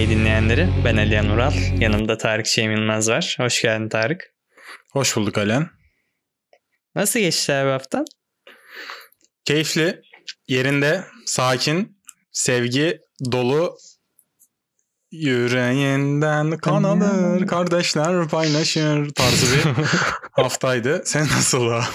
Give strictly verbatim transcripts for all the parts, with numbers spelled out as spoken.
Bey dinleyenleri. Ben Alihan Ural. Yanımda Tarık Şem Yılmaz var. Hoş geldin Tarık. Hoş bulduk Alihan. Nasıl geçti abi haftan? Keyifli, yerinde, sakin, sevgi dolu, yüreğinden kan alır, kardeşler paylaşır tarzı bir haftaydı. Sen nasıl o?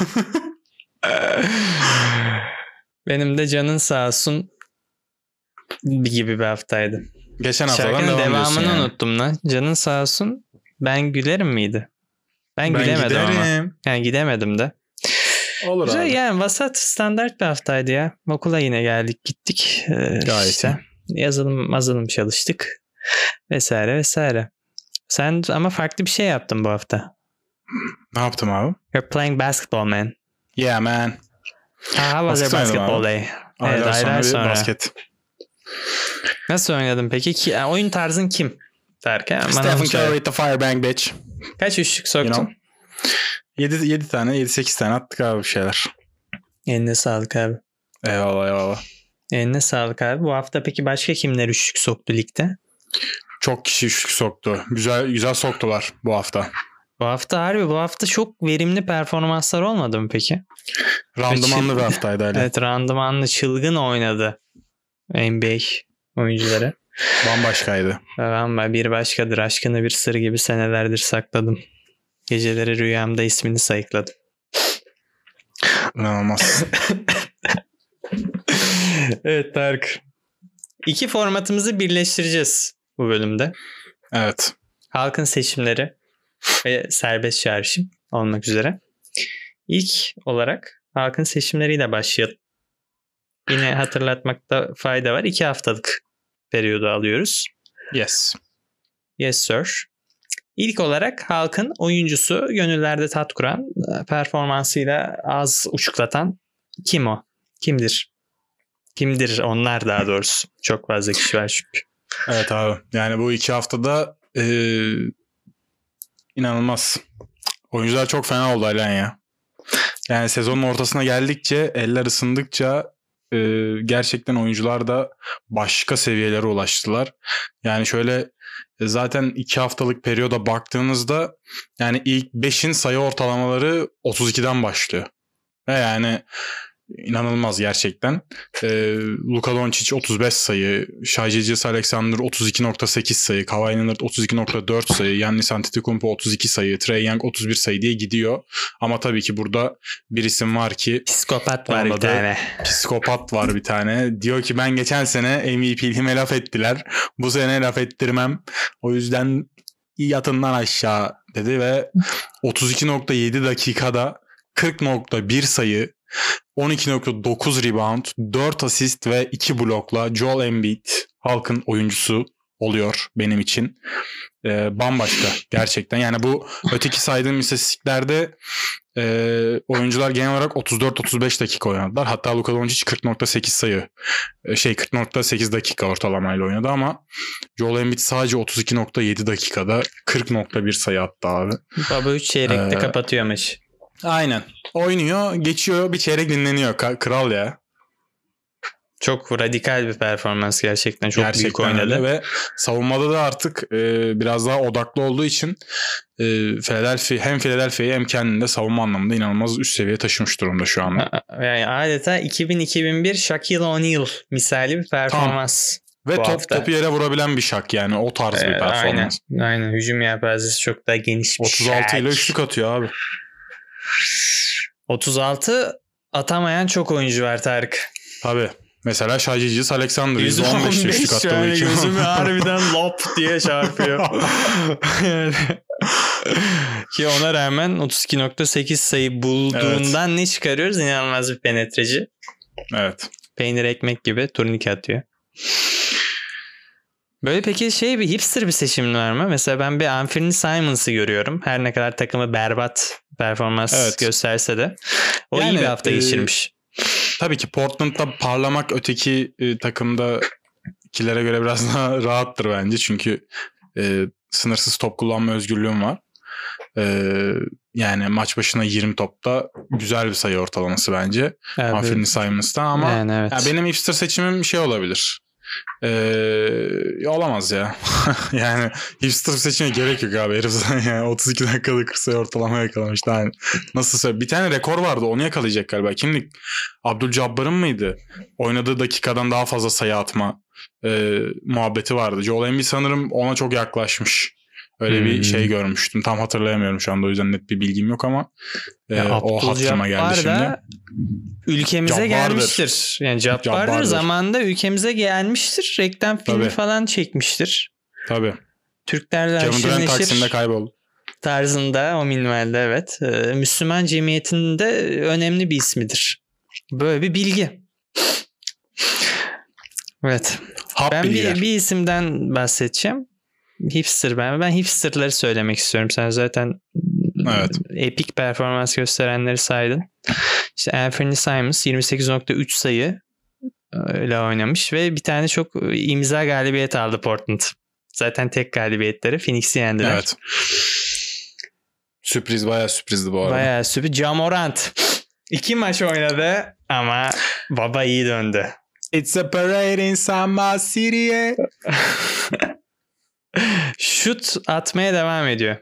Benim de canın sağ olsun gibi bir haftaydı. Geçen haftadan Şarkının devam devamını yani. unuttum lan. Canın sağ olsun ben gülerim miydi? Ben, Ben gülemedim giderim. ama. Yani gidemedim de. Olur Güzel, abi. yani vasat standart bir haftaydı ya. Okula yine geldik gittik. Ee, Gayet işte yazılım yazılım çalıştık. Vesaire vesaire. Sen ama farklı bir şey yaptın bu hafta. Ne yaptım abi? You're playing basketball man. Yeah man. Ha, how was your Basket oynadım basketball abi. day? Aylar Evet, sonra aylar bir sonra. basket. Nasıl oynadın peki? Ki, yani oyun tarzın kim? Derken bana Stephen onu söyle. Curry with the firebang bitch. Kaç üçlük soktun? You know? yedi, yedi tane, yedi sekiz tane attık abi bir şeyler. Eline sağlık abi. Eyvallah eyvallah. Eline sağlık abi. Bu hafta peki başka kimler üçlük soktu ligde? Çok kişi üçlük soktu. Güzel güzel soktular bu hafta. Bu hafta harbi bu hafta çok verimli performanslar olmadı mı peki? Randımanlı bir haftaydı öyle. Evet, randımanlı çılgın oynadı N B A oyuncuları. Bambaşkaydı. Ama bir başkadır, aşkını bir sır gibi senelerdir sakladım. Geceleri rüyamda ismini sayıkladım. İnanılmaz. Evet Tarık. İki formatımızı birleştireceğiz bu bölümde. Evet. Halkın seçimleri ve serbest çağrışım olmak üzere. İlk olarak halkın seçimleriyle başlayalım. Yine hatırlatmakta fayda var. İki haftalık periyodu alıyoruz. Yes. Yes sir. İlk olarak halkın oyuncusu, gönüllerde tat kuran, performansıyla az uçuklatan kim o? Kimdir? Kimdir onlar daha doğrusu? Çok fazla kişi var çünkü. Evet abi. Yani bu iki haftada ee, inanılmaz. Oyuncular çok fena oldu Alihan ya. Yani sezonun ortasına geldikçe, eller ısındıkça e, gerçekten oyuncular da başka seviyelere ulaştılar. Yani şöyle e, zaten iki haftalık periyoda baktığınızda yani ilk beşin sayı ortalamaları otuz ikiden başlıyor. Ve yani inanılmaz gerçekten. Ee, Luka Doncic otuz beş sayı, Shai Gilgeous-Alexander otuz iki nokta sekiz sayı, Kawhi Leonard otuz iki nokta dört sayı, Giannis Antetokounmpo otuz iki sayı, Trae Young otuz bir sayı diye gidiyor. Ama tabii ki burada bir isim var ki psikopat var bir tane. Psikopat var bir tane. Diyor ki ben geçen sene M V P'liğime laf ettiler. Bu sene laf ettirmem. O yüzden yatından aşağı dedi ve otuz iki nokta yedi dakikada kırk nokta bir sayı, on iki nokta dokuz rebound, dört asist ve iki blokla Joel Embiid halkın oyuncusu oluyor benim için. Ee, bambaşka gerçekten. Yani bu öteki saydığım istatistiklerde e, oyuncular genel olarak otuz dört otuz beş dakika oynadılar. Hatta Luka Doncic kırk nokta sekiz sayı şey kırk nokta sekiz dakika ortalamayla oynadı ama Joel Embiid sadece otuz iki nokta yedi dakikada kırk nokta bir sayı attı abi. Baba üç çeyrekte ee, kapatıyor maçı. Aynen. Oynuyor, geçiyor, bir çeyrek dinleniyor. Kral ya. Çok radikal bir performans gerçekten. Çok gerçekten büyük oynadı. Öyle. Ve savunmada da artık e, biraz daha odaklı olduğu için e, Philadelphia, hem Philadelphia'yı hem kendini de savunma anlamında inanılmaz üst seviyeye taşımış durumda şu anda. Yani adeta iki bin iki bin bir Shaquille O'Neal misali bir performans. Ve top, hafta. topu yere vurabilen bir Shaq yani o tarz ee, bir performans. Aynen. Aynen. Hücum yelpazesi çok daha geniş bir otuz altı ile üçlük atıyor abi. otuz altı atamayan çok oyuncu var Tarık. Tabii. Mesela Shai Gilgeous-Alexander yüz on beş üçlük attı bu iki. Gözümü harbiden lop diye çarpıyor. Ki ona rağmen otuz iki nokta sekiz sayı bulduğundan evet. Ne çıkarıyoruz? İnanılmaz bir penetreci. Evet. Peynir ekmek gibi turnike atıyor. Böyle peki şey bir hipster bir seçim var mı? Mesela ben bir Anthony Simons'ı görüyorum. Her ne kadar takımı berbat performans evet. gösterse de. O yani, iyi bir hafta e, geçirmiş. Tabii ki Portland'da parlamak öteki e, takımda ikilere göre biraz daha rahattır bence. Çünkü e, sınırsız top kullanma özgürlüğüm var. E, yani maç başına yirmi topta güzel bir sayı ortalaması bence. Evet. Anthony Simons'tan ama yani evet. ya benim hipster seçimim şey olabilir. Ee, olamaz ya. Yani hipster seçimine gerek yok abi. Herif yani otuz iki dakikada kırk sayı ortalama yakalamış. Yani nasıl söyleyeyim? Bir tane rekor vardı. Onu yakalayacak galiba. Kimdi? Abdülcabbar'ın mıydı? Oynadığı dakikadan daha fazla sayı atma e, muhabbeti vardı. Joel Embiid sanırım ona çok yaklaşmış. Öyle hmm. bir şey görmüştüm. Tam hatırlayamıyorum şu anda. O yüzden net bir bilgim yok ama e, o hatırıma geldi şimdi. Ülkemize Cabbar'dır. gelmiştir. Yani Cabbar'dır, Cabbar'dır zamanında ülkemize gelmiştir. Reklam filmi Tabii. falan çekmiştir. Tabii. Türklerle Kevin Durant Taksim'de kayboldu. Tarzında o minvalde evet. Ee, Müslüman cemiyetinde önemli bir ismidir. Böyle bir bilgi. Evet. Hap ben bir, bir isimden bahsedeceğim. Hipster ben. Ben hipsterları söylemek istiyorum. Sen zaten evet. epik performans gösterenleri saydın. İşte Anthony Simons yirmi sekiz nokta üç sayı öyle oynamış ve bir tane çok imza galibiyet aldı Portland. Zaten tek galibiyetleri. Phoenix'i yendiler. Evet. Sürpriz, bayağı sürprizdi bu arada. Bayağı sürpriz. Ja Morant iki maç oynadı ama baba iyi döndü. It's a parade in Samba City'ye. Şut atmaya devam ediyor.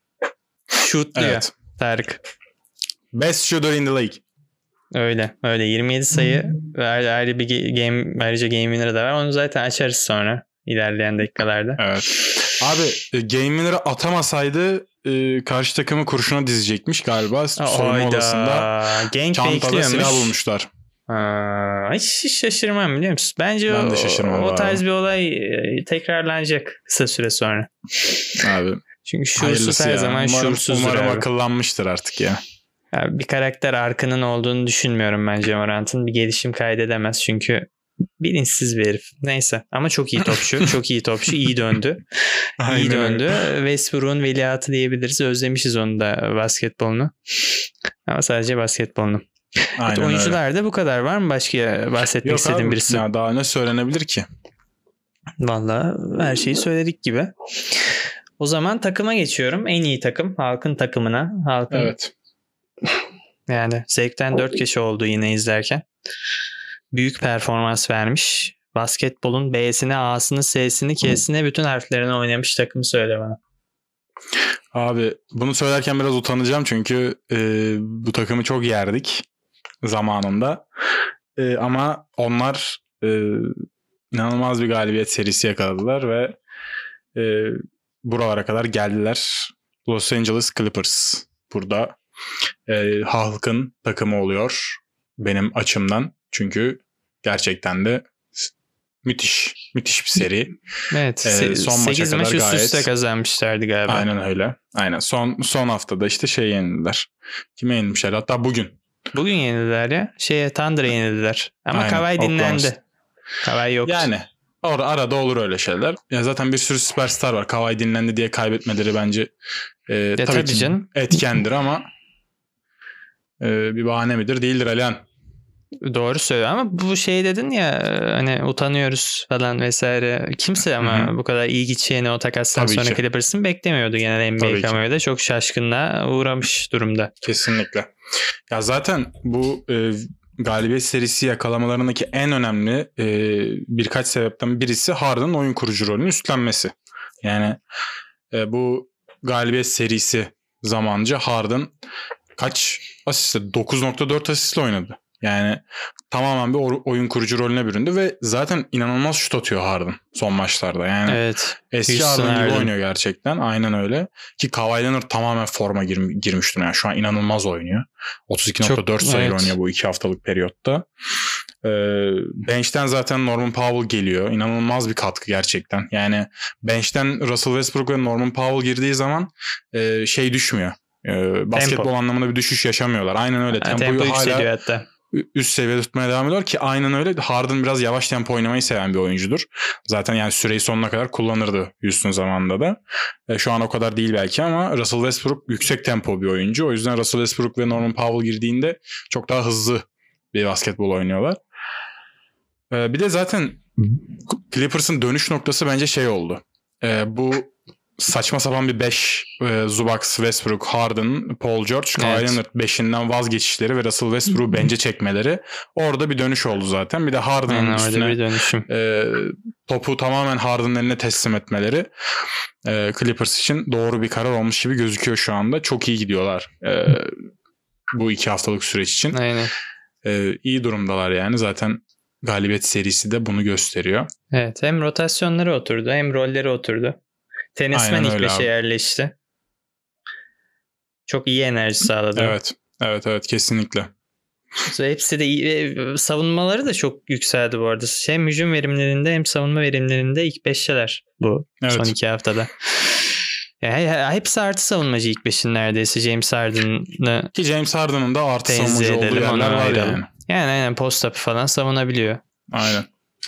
Şut diyor evet. Tarık. Best shooter in the league. Öyle öyle yirmi yedi sayı ve ayrı bir game, ayrıca game winner'ı da var. Onu zaten açarız sonra ilerleyen dakikalarda. Evet. Abi game winner'ı atamasaydı e, karşı takımı kurşuna dizecekmiş galiba. Soyunma odasında çantada silah bulmuşlar. Aa, hiç, hiç şaşırmam biliyor musun? Bence ben o, de şaşırmam o tarz bir olay tekrarlanacak kısa süre sonra. Abi. Çünkü şuursuz her ya. zaman umarım, şuursuzdur. Umarım abi. akıllanmıştır artık ya. Abi bir karakter arkının olduğunu düşünmüyorum bence Morant'ın. Bir gelişim kaydedemez çünkü bilinçsiz bir herif. Neyse ama çok iyi topçu. çok iyi topçu. İyi döndü. iyi döndü. Westbrook'un veliahtı diyebiliriz. Özlemişiz onu da basketbolunu. Ama sadece basketbolunu. Evet, oyuncularda bu kadar. Var mı başka bahsetmek Yok istediğin abi, birisi? Ya daha ne söylenebilir ki? Vallahi her şeyi söyledik gibi. O zaman takıma geçiyorum. En iyi takım. Halkın takımına. Halkın evet. Yani zevkten dört kişi oldu yine izlerken. Büyük performans vermiş. Basketbolun B'sini, A'sını, S'sini, K'sini bütün harflerini oynamış takımı söyle bana. Abi bunu söylerken biraz utanacağım çünkü e, bu takımı çok yerdik zamanında. E, ama onlar e, inanılmaz bir galibiyet serisi yakaladılar ve e, buralara kadar geldiler. Los Angeles Clippers burada e, halkın takımı oluyor benim açımdan. Çünkü gerçekten de müthiş müthiş bir seri. Evet. Ee, son maça kadar maç üst üste kazanmışlardı galiba. Aynen öyle. Aynen. Son son haftada işte şey yenildiler. Kime yenilmişler? Hatta bugün. Bugün yenildiler ya. Şeye Thunder'a yenildiler. Ama Kawhi dinlendi. Kawhi yoktu. Yani or- arada olur öyle şeyler. Ya zaten bir sürü süperstar var. Kawhi dinlendi diye kaybetmeleri bence e, tabii, tabii ki canım. etkendir ama e, bir bahane midir? Değildir Alihan. Doğru söylüyor ama bu şey dedin ya hani utanıyoruz falan vesaire. Kimse ama Hı-hı. bu kadar iyi gideceğini o takastan Tabii sonra Clippers'ın beklemiyordu genel N B A kamuoyu da. Çok şaşkınlığa uğramış durumda. Kesinlikle. Ya zaten bu e, galibiyet serisi yakalamalarındaki en önemli e, birkaç sebepten birisi Harden'ın oyun kurucu rolünü üstlenmesi. Yani e, bu galibiyet serisi zamanca Harden kaç asistle? dokuz nokta dört asistle oynadı. Yani tamamen bir oyun kurucu rolüne büründü ve zaten inanılmaz şut atıyor Harden son maçlarda. Yani evet, eski Harden gibi oynuyor gerçekten. Aynen öyle. Ki Kawhi Leonard tamamen forma gir- girmiş durumda. Yani şu an inanılmaz oynuyor. otuz iki nokta dört sayı evet. oynuyor bu iki haftalık periyotta. Ee, bench'ten zaten Norman Powell geliyor. İnanılmaz bir katkı gerçekten. Yani bench'ten Russell Westbrook ve Norman Powell girdiği zaman e, şey düşmüyor. E, basketbol Tempo. anlamında bir düşüş yaşamıyorlar. Aynen öyle. Ha, tempoyu tempo hala hatta. üst seviyede tutmaya devam ediyor ki aynen öyle. Harden biraz yavaş tempo oynamayı seven bir oyuncudur. Zaten yani süreyi sonuna kadar kullanırdı Houston zamanında da. E, şu an o kadar değil belki ama Russell Westbrook yüksek tempo bir oyuncu. O yüzden Russell Westbrook ve Norman Powell girdiğinde çok daha hızlı bir basketbol oynuyorlar. E, bir de zaten Clippers'ın dönüş noktası bence şey oldu. E, bu saçma sapan bir beş e, Zubac, Westbrook, Harden, Paul George, Kawhi Evet. Leonard beşinden vazgeçişleri ve Russell Westbrook'u bence çekmeleri. Orada bir dönüş oldu zaten. Bir de Harden'ın Aynen, orada üstüne bir dönüşüm. e, topu tamamen Harden'ın eline teslim etmeleri e, Clippers için doğru bir karar olmuş gibi gözüküyor şu anda. Çok iyi gidiyorlar e, bu iki haftalık süreç için. Aynen. E, iyi durumdalar yani. Zaten galibiyet serisi de bunu gösteriyor. Evet, hem rotasyonları oturdu hem rolleri oturdu. Tenismen Aynen ilk öyle beşe abi. yerleşti. Çok iyi enerji sağladı. Evet. Evet evet kesinlikle. Hepsi de iyi. Savunmaları da çok yükseldi bu arada. Hem hücum verimlerinde hem savunma verimlerinde ilk beşteler bu Evet. son iki haftada. Yani hepsi artı savunmacı ilk beşin neredeyse. James Harden'ı Ki James Harden'ın da artı tenzih savunmacı olduğu edelim, yerler ona var ayıralım. yani. Yani aynen post-up falan savunabiliyor. Aynen.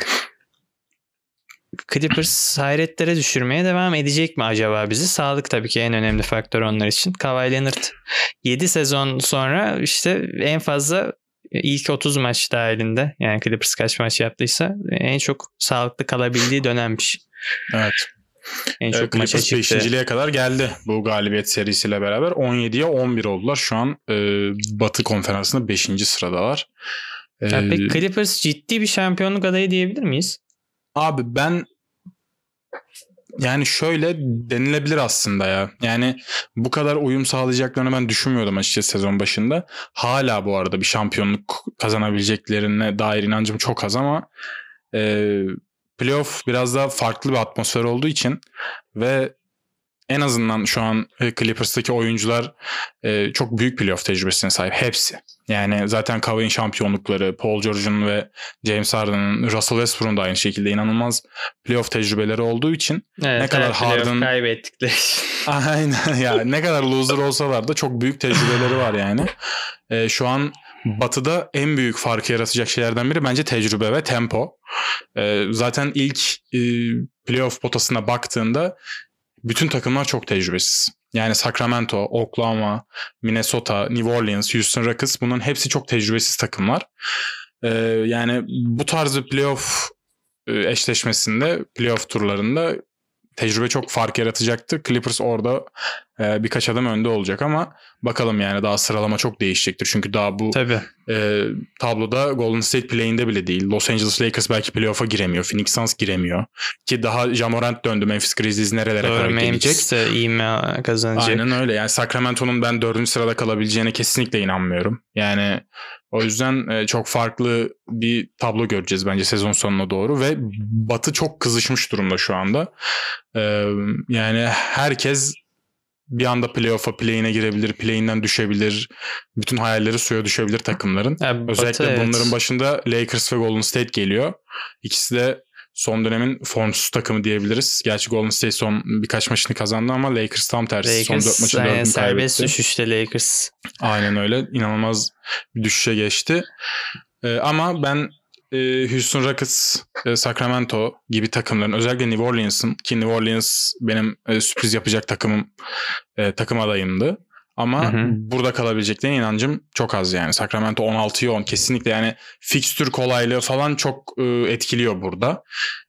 Clippers hayretlere düşürmeye devam edecek mi acaba bizi? Sağlık tabii ki en önemli faktör onlar için. Kawhi Leonard yedi sezon sonra işte en fazla ilk otuz maç dahilinde, yani Clippers kaç maç yaptıysa en çok sağlıklı kalabildiği dönemmiş. Evet. En Evet, çok maça Clippers çıktı. beşinciliğe kadar geldi bu galibiyet serisiyle beraber. on yediye on bir oldular. Şu an e, Batı konferansında beşinci sıradalar. E, Ya peki Clippers ciddi bir şampiyonluk adayı diyebilir miyiz? Abi ben yani şöyle denilebilir aslında ya. Yani bu kadar uyum sağlayacaklarını ben düşünmüyordum açıkçası sezon başında. Hala bu arada bir şampiyonluk kazanabileceklerine dair inancım çok az ama e, playoff biraz daha farklı bir atmosfer olduğu için ve en azından şu an Clippers'taki oyuncular e, çok büyük playoff tecrübesine sahip. Hepsi. Yani zaten Kawhi'nin şampiyonlukları, Paul George'un ve James Harden'ın, Russell Westbrook'un da aynı şekilde inanılmaz playoff tecrübeleri olduğu için Evet, ne kadar Harden kaybettikleri. Aynen ya ne kadar loser olsalar da çok büyük tecrübeleri var yani. E, şu an Batı'da en büyük farkı yaratacak şeylerden biri bence tecrübe ve tempo. E, zaten ilk e, playoff potasına baktığında bütün takımlar çok tecrübesiz. Yani Sacramento, Oklahoma, Minnesota, New Orleans, Houston Rockets bunların hepsi çok tecrübesiz takımlar. Ee, yani bu tarz bir playoff eşleşmesinde, playoff turlarında tecrübe çok fark yaratacaktır. Clippers orada e, birkaç adım önde olacak ama bakalım yani daha sıralama çok değişecektir. Çünkü daha bu e, tabloda Golden State play'inde bile değil. Los Angeles Lakers belki playoff'a giremiyor. Phoenix Suns giremiyor. Ki daha Ja Morant döndü. Memphis Grizzlies nerelere Doğru, kadar gelecek. Memphis'te iyi mi kazanacak? Aynen öyle. Yani Sacramento'nun ben dördüncü sırada kalabileceğine kesinlikle inanmıyorum. Yani o yüzden e, çok farklı bir tablo göreceğiz bence sezon sonuna doğru ve Batı çok kızışmış durumda şu anda. E, yani herkes bir anda playoff'a, play-in'e girebilir, play-in'den düşebilir. Bütün hayalleri suya düşebilir takımların. Ya, Özellikle Batı, bunların evet. başında Lakers ve Golden State geliyor. İkisi de son dönemin formsuz takımı diyebiliriz. Gerçi Golden State son birkaç maçını kazandı ama Lakers tam tersi. Lakers, son dört maçın dördünü kaybetti. Serbest düşüşte Lakers. Aynen öyle. İnanılmaz bir düşüşe geçti. Ee, ama ben e, Houston Rockets, e, Sacramento gibi takımların, özellikle New Orleans'ın, ki New Orleans benim e, sürpriz yapacak takımım, e, takım adayımdı. Ama hı hı. burada kalabileceklerine inancım çok az yani. Sacramento on altıya on kesinlikle, yani fikstür kolaylığı falan çok e, etkiliyor burada.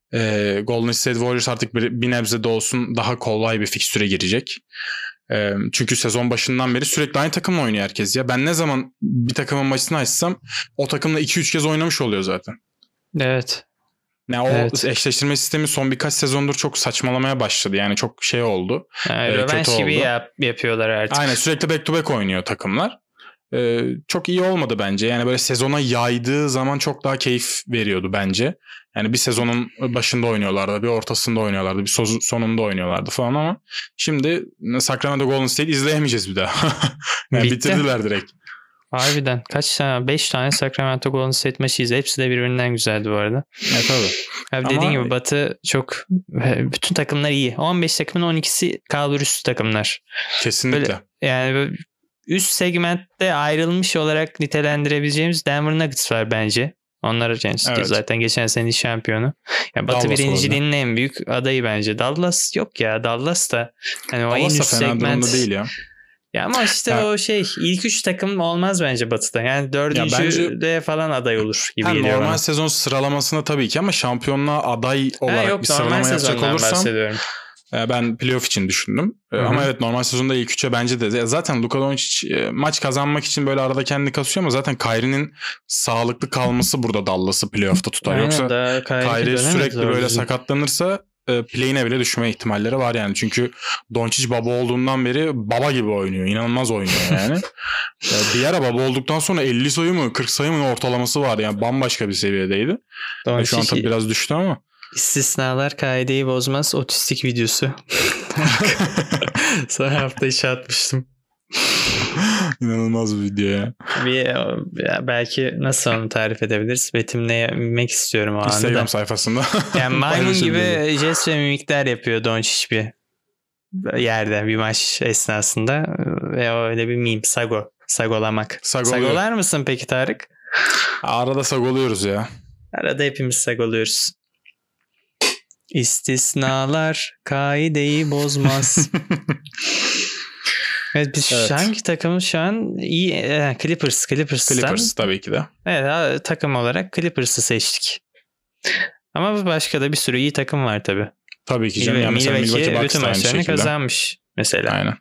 E, Golden State Warriors artık bir, bir nebze de olsun daha kolay bir fikstüre girecek. E, çünkü sezon başından beri sürekli aynı takımla oynuyor herkes ya. Ben ne zaman bir takımın maçını açsam o takımla iki üç kez oynamış oluyor zaten. Evet. Yani evet. O eşleştirme sistemi son birkaç sezondur çok saçmalamaya başladı. Yani çok şey oldu. Yani e, rövanş gibi yap, yapıyorlar artık. Aynen, sürekli back to back oynuyor takımlar. Ee, çok iyi olmadı bence. Yani böyle sezona yaydığı zaman çok daha keyif veriyordu bence. Yani bir sezonun başında oynuyorlardı, bir ortasında oynuyorlardı, bir sonunda oynuyorlardı falan ama şimdi Sacramento Golden State izleyemeyeceğiz bir daha. Yani bitirdiler direkt. Harbiden. Kaç tane? beş tane Sacramento Golden State maçı izle. Hepsi de birbirinden güzeldi bu arada. Evet tabii. Abi dediğin Ama... gibi Batı çok, bütün takımlar iyi. on beş takımın on ikisi kalbur üstü takımlar. Kesinlikle. Böyle, yani böyle üst segmentte ayrılmış olarak nitelendirebileceğimiz Denver Nuggets var bence. Onlar yani evet. zaten geçen senenin şampiyonu. Yani Batı birinciliğinin en büyük adayı bence. Dallas yok ya. Dallas da hani o en üst segment değil ya. Ya ama işte ya, o şey ilk üç takım olmaz bence Batı'da. Yani dördüncü bence, de falan aday olur gibi geliyor normal bana. Sezon sıralamasında tabii ki ama şampiyonluğa aday olarak ha, yok, bir sıralama yapacak olursam Ben playoff için düşündüm. Hı-hı. Ama evet normal sezonda ilk üçe bence de. Zaten Luka Doncic maç kazanmak için böyle arada kendini kasıyor ama zaten Kyrie'nin sağlıklı kalması burada Dallas'ı playoff'ta tutar. Aynen, Yoksa Kyrie sürekli böyle düzgün. sakatlanırsa play'ine bile düşme ihtimalleri var yani. Çünkü Doncic baba olduğundan beri baba gibi oynuyor. İnanılmaz oynuyor yani. Bir ara baba olduktan sonra elli sayı mı kırk sayı mı ortalaması var. Yani bambaşka bir seviyedeydi. Doncic şu an tabii biraz düştü ama. İstisnalar kaideyi bozmaz otistik videosu. Son hafta işe atmıştım. İnanılmaz bir video ya. Bir, belki nasıl onu tarif edebiliriz? Betimlemek istiyorum o anda. Instagram sayfasında. Yani maymun gibi jest ve mimikler yapıyor Doncic bir yerde bir maç esnasında. Ve öyle bir meme. Sago. Sagolamak. Sagoluyor. Sagolar mısın peki Tarık? Arada sagoluyoruz ya. Arada hepimiz sagoluyoruz. İstisnalar kaideyi bozmaz. Evet biz evet. hangi takım şu an iyi e, Clippers Clippers'tan. Clippers tabii ki de. Evet takım olarak Clippers'ı seçtik. Ama başka da bir sürü iyi takım var tabii. Tabii ki canım. Yani mesela Milwaukee Bucks da aynı şekilde. Kazanmış mesela. Aynen.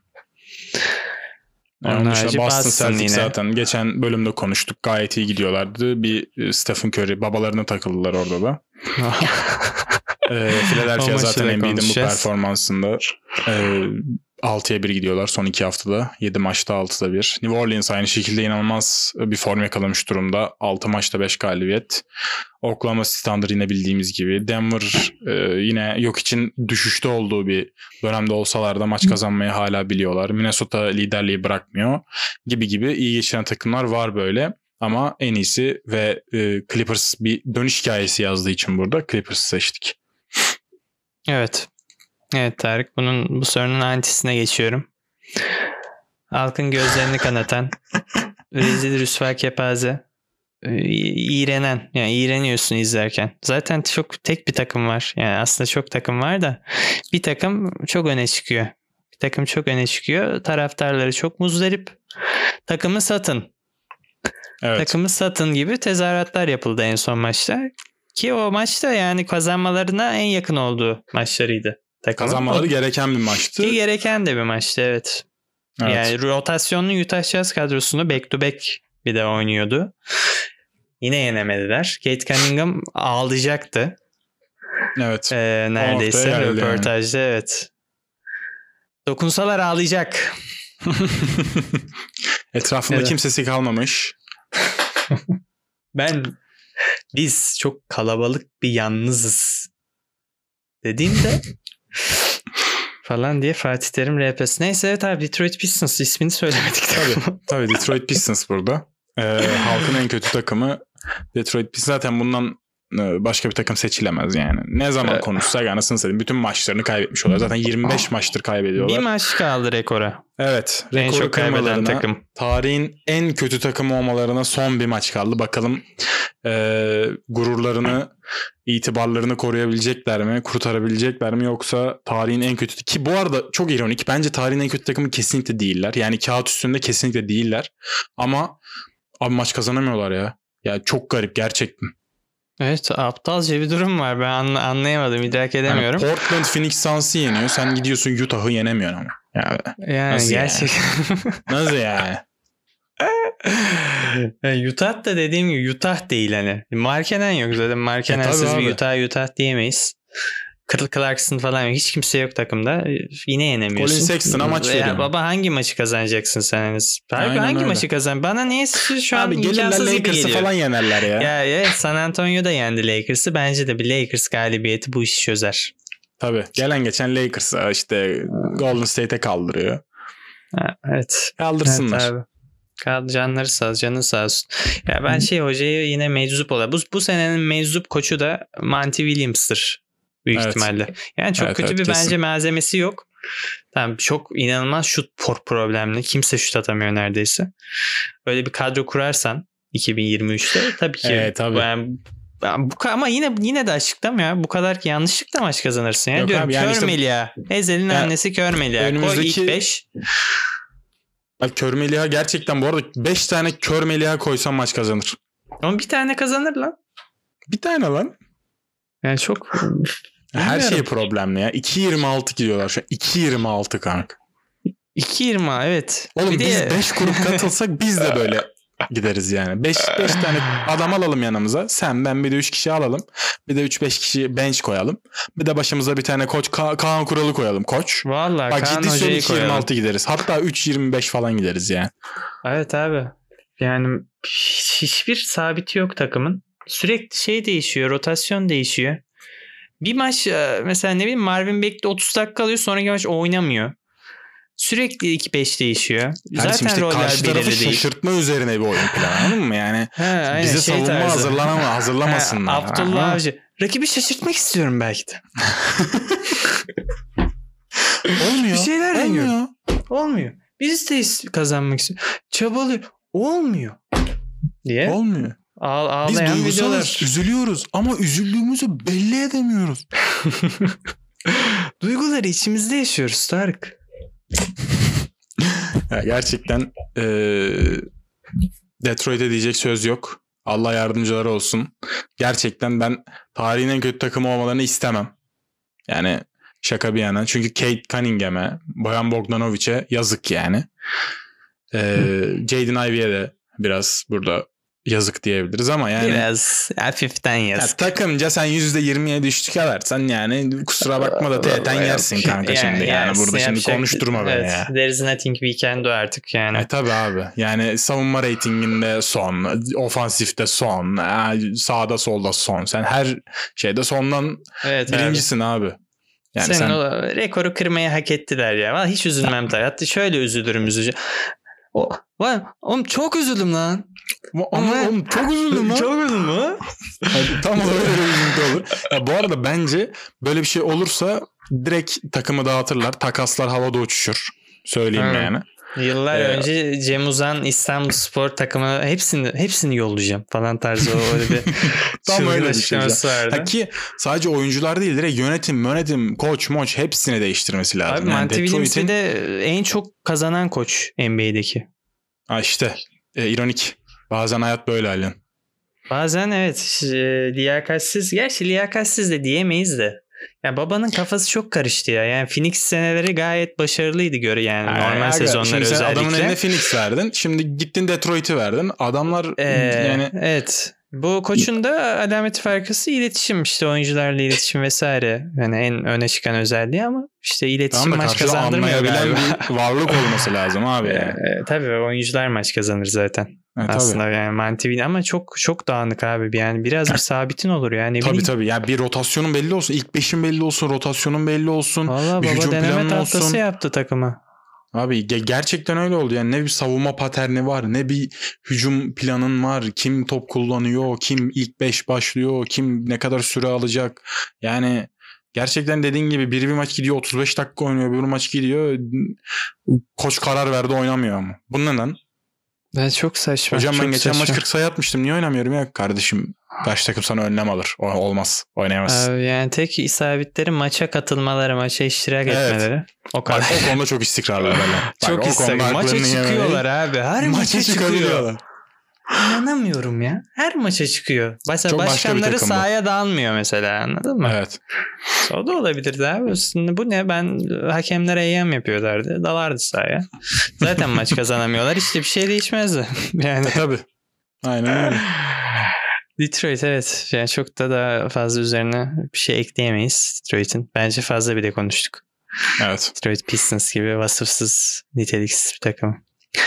Yani Boston, Boston Celtics yine. Zaten geçen bölümde konuştuk. Gayet iyi gidiyorlardı. Bir Stephen Curry babalarına takıldılar orada da. e, Philadelphia zaten Embiid'in bu performansında e, altıya bir gidiyorlar son iki haftada. yedi maçta altıda bir. New Orleans aynı şekilde inanılmaz bir form yakalamış durumda. altı maçta beş galibiyet. Oklahoma City Thunder yine bildiğimiz gibi. Denver e, yine yok için düşüşte olduğu bir dönemde olsalar da maç kazanmayı hala biliyorlar. Minnesota liderliği bırakmıyor gibi gibi iyi geçen takımlar var böyle. Ama en iyisi ve e, Clippers bir dönüş hikayesi yazdığı için burada Clippers'ı seçtik. Evet. Evet Tarık, bunun bu sorunun antisine geçiyorum. Halkın gözlerini kanatan, rezil rüsva kepaze, iğrenen, yani iğreniyorsun izlerken. Zaten çok tek bir takım var. Yani aslında çok takım var da bir takım çok öne çıkıyor. Bir takım çok öne çıkıyor. Taraftarları çok muzdarip. Takımı satın. Evet. Takımı satın gibi tezahüratlar yapıldı en son maçta. Ki o maçta yani kazanmalarına en yakın olduğu maçlarıydı. Takımın. Kazanmaları o, gereken bir maçtı. Ki gereken de bir maçtı evet. evet. Yani rotasyonlu Utah Jazz kadrosunu back to back bir de oynuyordu. Yine yenemediler. Kate Cunningham ağlayacaktı. Evet. Ee, neredeyse röportajda yani. Evet. Dokunsalar ağlayacak. Etrafında evet. kimsesi kalmamış. Ben biz çok kalabalık bir yalnızız dediğimde falan diye Fatih Terim R P'si. Neyse evet abi, Detroit Pistons ismini söylemedik. Tabii, tabii Detroit Pistons burada. Ee, halkın en kötü takımı Detroit Pistons. Zaten bundan başka bir takım seçilemez yani. Ne zaman evet. konuşsak anasını satayım bütün maçlarını kaybetmiş oluyorlar. Zaten yirmi beş maçtır kaybediyorlar. Bir maç kaldı rekora. Evet. En çok kaybeden takım. Tarihin en kötü takımı olmalarına son bir maç kaldı. Bakalım e, gururlarını, itibarlarını koruyabilecekler mi? Kurtarabilecekler mi? Yoksa tarihin en kötü... Ki bu arada çok ironik. Bence tarihin en kötü takımı kesinlikle değiller. Yani kağıt üstünde kesinlikle değiller. Ama abi maç kazanamıyorlar ya. Ya çok garip gerçekten. Evet, aptalca bir durum var. Ben anlayamadım, idrak edemiyorum. Yani Portland Phoenix Suns'ı yeniyor. Sen gidiyorsun Utah'ı yenemiyorsun ama. Yani, yani nasıl gerçekten. Yani? Nasıl yani? yani Utah da dediğim gibi Utah değil hani. Markenen yok zaten. Markenensiz bir Utah Utah diyemeyiz. Clarkson falan yok. Hiç kimse yok takımda. Yine yenemiyorsun. Colin Sexton'a maç veriyor. Baba hangi maçı kazanacaksın sen? Harbi hangi öyle. maçı kazan? Bana niye şu an abi imkansız gibi Lakers'ı geliyor. falan yenerler ya. Ya evet, San Antonio da yendi Lakers'ı. Bence de bir Lakers galibiyeti bu işi çözer. Tabii. Gelen geçen Lakers'a işte Golden State'e kaldırıyor. Ha, evet. Kaldırsınlar. Evet abi. Canları sağ olsun, canı sağ olsun. Ya ben şey hocayı yine meczup olan. Bu, bu senenin meczup koçu da Monty Williams'tır. Büyük evet. ihtimalle. Yani çok evet, kötü evet, bir kesin. Bence malzemesi yok. Tamam, çok inanılmaz şut problemli. Kimse şut atamıyor neredeyse. Öyle bir kadro kurarsan iki bin yirmi üçte tabii ki. Evet, tabii. Yani, bu, ama yine yine de açıklamıyor ya. Bu kadar ki yanlışlıkla maç kazanırsın ya. Yok diyorum abi, yani Kör işte, Melia. Ezel'in yani, annesi Kör Melia. Önümüzdeki... Koy ilk beş. Kör Melia gerçekten bu arada beş tane Kör Melia koysan maç kazanır. Ama bir tane kazanır lan. Bir tane lan. Yani çok Her Bilmiyorum. şey problemli ya. iki yirmi altı gidiyorlar şu an. iki yirmi altı kanka. iki yirmi evet. Oğlum Bir biz de- beş grup katılsak biz de böyle gideriz yani. beş beş tane adam alalım yanımıza. Sen ben bir de üç kişi alalım. Bir de üç beş kişi bench koyalım. Bir de başımıza bir tane koç Ka- Kaan Kuralı koyalım koç. Vallahi Bak Kaan ciddi söylüyorum Hoca'yı iki yirmi koyalım. altı gideriz. Hatta üç yirmi beş falan gideriz yani. Evet abi. Yani hiç- hiçbir sabiti yok takımın. Sürekli şey değişiyor. Rotasyon değişiyor. Bir maç e, mesela ne bileyim Marvin Bagley otuz dakika alıyor. Sonraki maç oynamıyor. Sürekli iki beş değişiyor. Kardeşim Zaten işte roller karşı tarafı belirli değil. şaşırtma üzerine bir oyun planı, anladın mı? Yani He, aynen, bize şey savunma tarzı. hazırlanama hazırlamasınlar. He, Abdullah Ha. Avcı. Rakibi şaşırtmak istiyorum belki de. Olmuyor. Bir şeyler Olmuyor. deniyor. Olmuyor. Biz de is- kazanmak istiyoruz. Çabalıyor. Olmuyor. Diye Olmuyor. ağ- Biz ağlayan duygusalız, videolar. üzülüyoruz ama üzüldüğümüzü belli edemiyoruz. Duyguları içimizde yaşıyoruz Tarık. Ya gerçekten eee Detroit'e diyecek söz yok. Allah yardımcıları olsun. Gerçekten ben tarihin en kötü takımı olmalarını istemem. Yani şaka bir yana. Çünkü Kate Cunningham'e, Bojan Bogdanovic'e yazık yani. Eee Jaden Ivey'e de biraz burada yazık diyebiliriz ama yani Biraz hafiften ya yazık. takımca sen yüzde yirmiye düştük alarsan yani kusura bakma da teten yersin kanka şimdi yani burada şimdi yapacak- konuşturma beni evet, ya. There is nothing we can do artık yani. E tabi abi yani savunma reytinginde son, ofansifte son, e, sağda solda son, sen her şeyde sondan Evet abi. birincisin abi. Yani Senin sen o rekoru kırmayı hak ettiler ya. Vallahi hiç üzülmem tabii. Hatta şöyle üzülürüm üzücü. O, vay, oğlum çok üzüldüm lan. ama, oğlum çok üzüldüm lan. Çok üzüldüm mü? Yani tam olarak öyle bir üzüntü olur. Ya bu arada bence böyle bir şey olursa direkt takımı dağıtırlar. Takaslar havada uçuşur. Söyleyeyim Evet. yani. Yıllar Ee, önce Cem Uzan İstanbul Spor takımı hepsini hepsini yollayacağım falan tarzı o öyle bir Tam çılgın öyle bir şey. açıklaması vardı. Ha ki sadece oyuncular değil direkt yönetim, yönetim, koç, moç hepsini değiştirmesi lazım. Abi Yani Monty Williams Detroit'in- bir de en çok kazanan koç N B A'deki. Ha işte e, ironik. Bazen hayat böyle halen. Bazen evet e, liyakatsiz. Gerçi liyakatsiz de diyemeyiz de. Ya babanın kafası çok karıştı ya. Yani Phoenix seneleri gayet başarılıydı göre yani Ha, normal aga, sezonlar şimdi sen özellikle. adamın eline Phoenix verdin. Şimdi gittin Detroit'i verdin. Adamlar Ee, yani evet. Bu koçun da alameti farkası iletişim işte oyuncularla iletişim vesaire. Yani en öne çıkan özelliği ama işte iletişim tamam da maç karşıda kazandırmıyor anlayabilen galiba. bir varlık olması lazım abi yani. Ee, tabii oyuncular maç kazanır zaten. Ha, Aslında tabii. yani Monty ama çok çok dağınık abi. Yani biraz bir sabitin olur yani. Ne Tabii bileyim. tabii. Yani bir rotasyonun belli olsun. İlk beşin belli olsun. Rotasyonun belli olsun. Valla bir baba hücum deneme planın tahtası olsun. yaptı takımı. Abi ge- gerçekten öyle oldu. Yani ne bir savunma paterni var, ne bir hücum planın var. Kim top kullanıyor, kim ilk beş başlıyor, kim ne kadar süre alacak. Yani gerçekten dediğin gibi biri bir maç gidiyor otuz beş dakika oynuyor, bir maç gidiyor. Koç karar verdi oynamıyor ama. Bu ne lan? Ben çok saçma. Hocam ben çok geçen saçma. maç kırk sayı atmıştım. Niye oynamıyorum ya? Kardeşim karşı takım sana önlem alır. O, olmaz. Oynayamazsın. Abi yani tek isabetleri maça katılmaları, maça iştirak Evet. etmeleri. O kadar. Bak, o konuda çok istikrarlı. Bak, Çok o konuda istek. Maça haklarını çıkıyorlar yemeyi- abi. Her maça, Maça çıkıyor. çıkabiliyorlar. İnanamıyorum ya. Her maça çıkıyor. Mesela Çok başka bir başkanları takım bu. sahaya dalmıyor mesela anladın mı? Evet. O da olabilirdi abi. Aslında bu ne? Ben hakemlere eyyam yapıyorlardı. Dalardı sahaya. Zaten maç kazanamıyorlar. Hiç de bir şey değişmezdi. Yani Tabii. Aynen öyle. Detroit evet. Yani çok da daha fazla üzerine bir şey ekleyemeyiz Detroit'in. Bence fazla bile konuştuk. Evet. Detroit Pistons gibi vasıfsız, niteliksiz bir takım.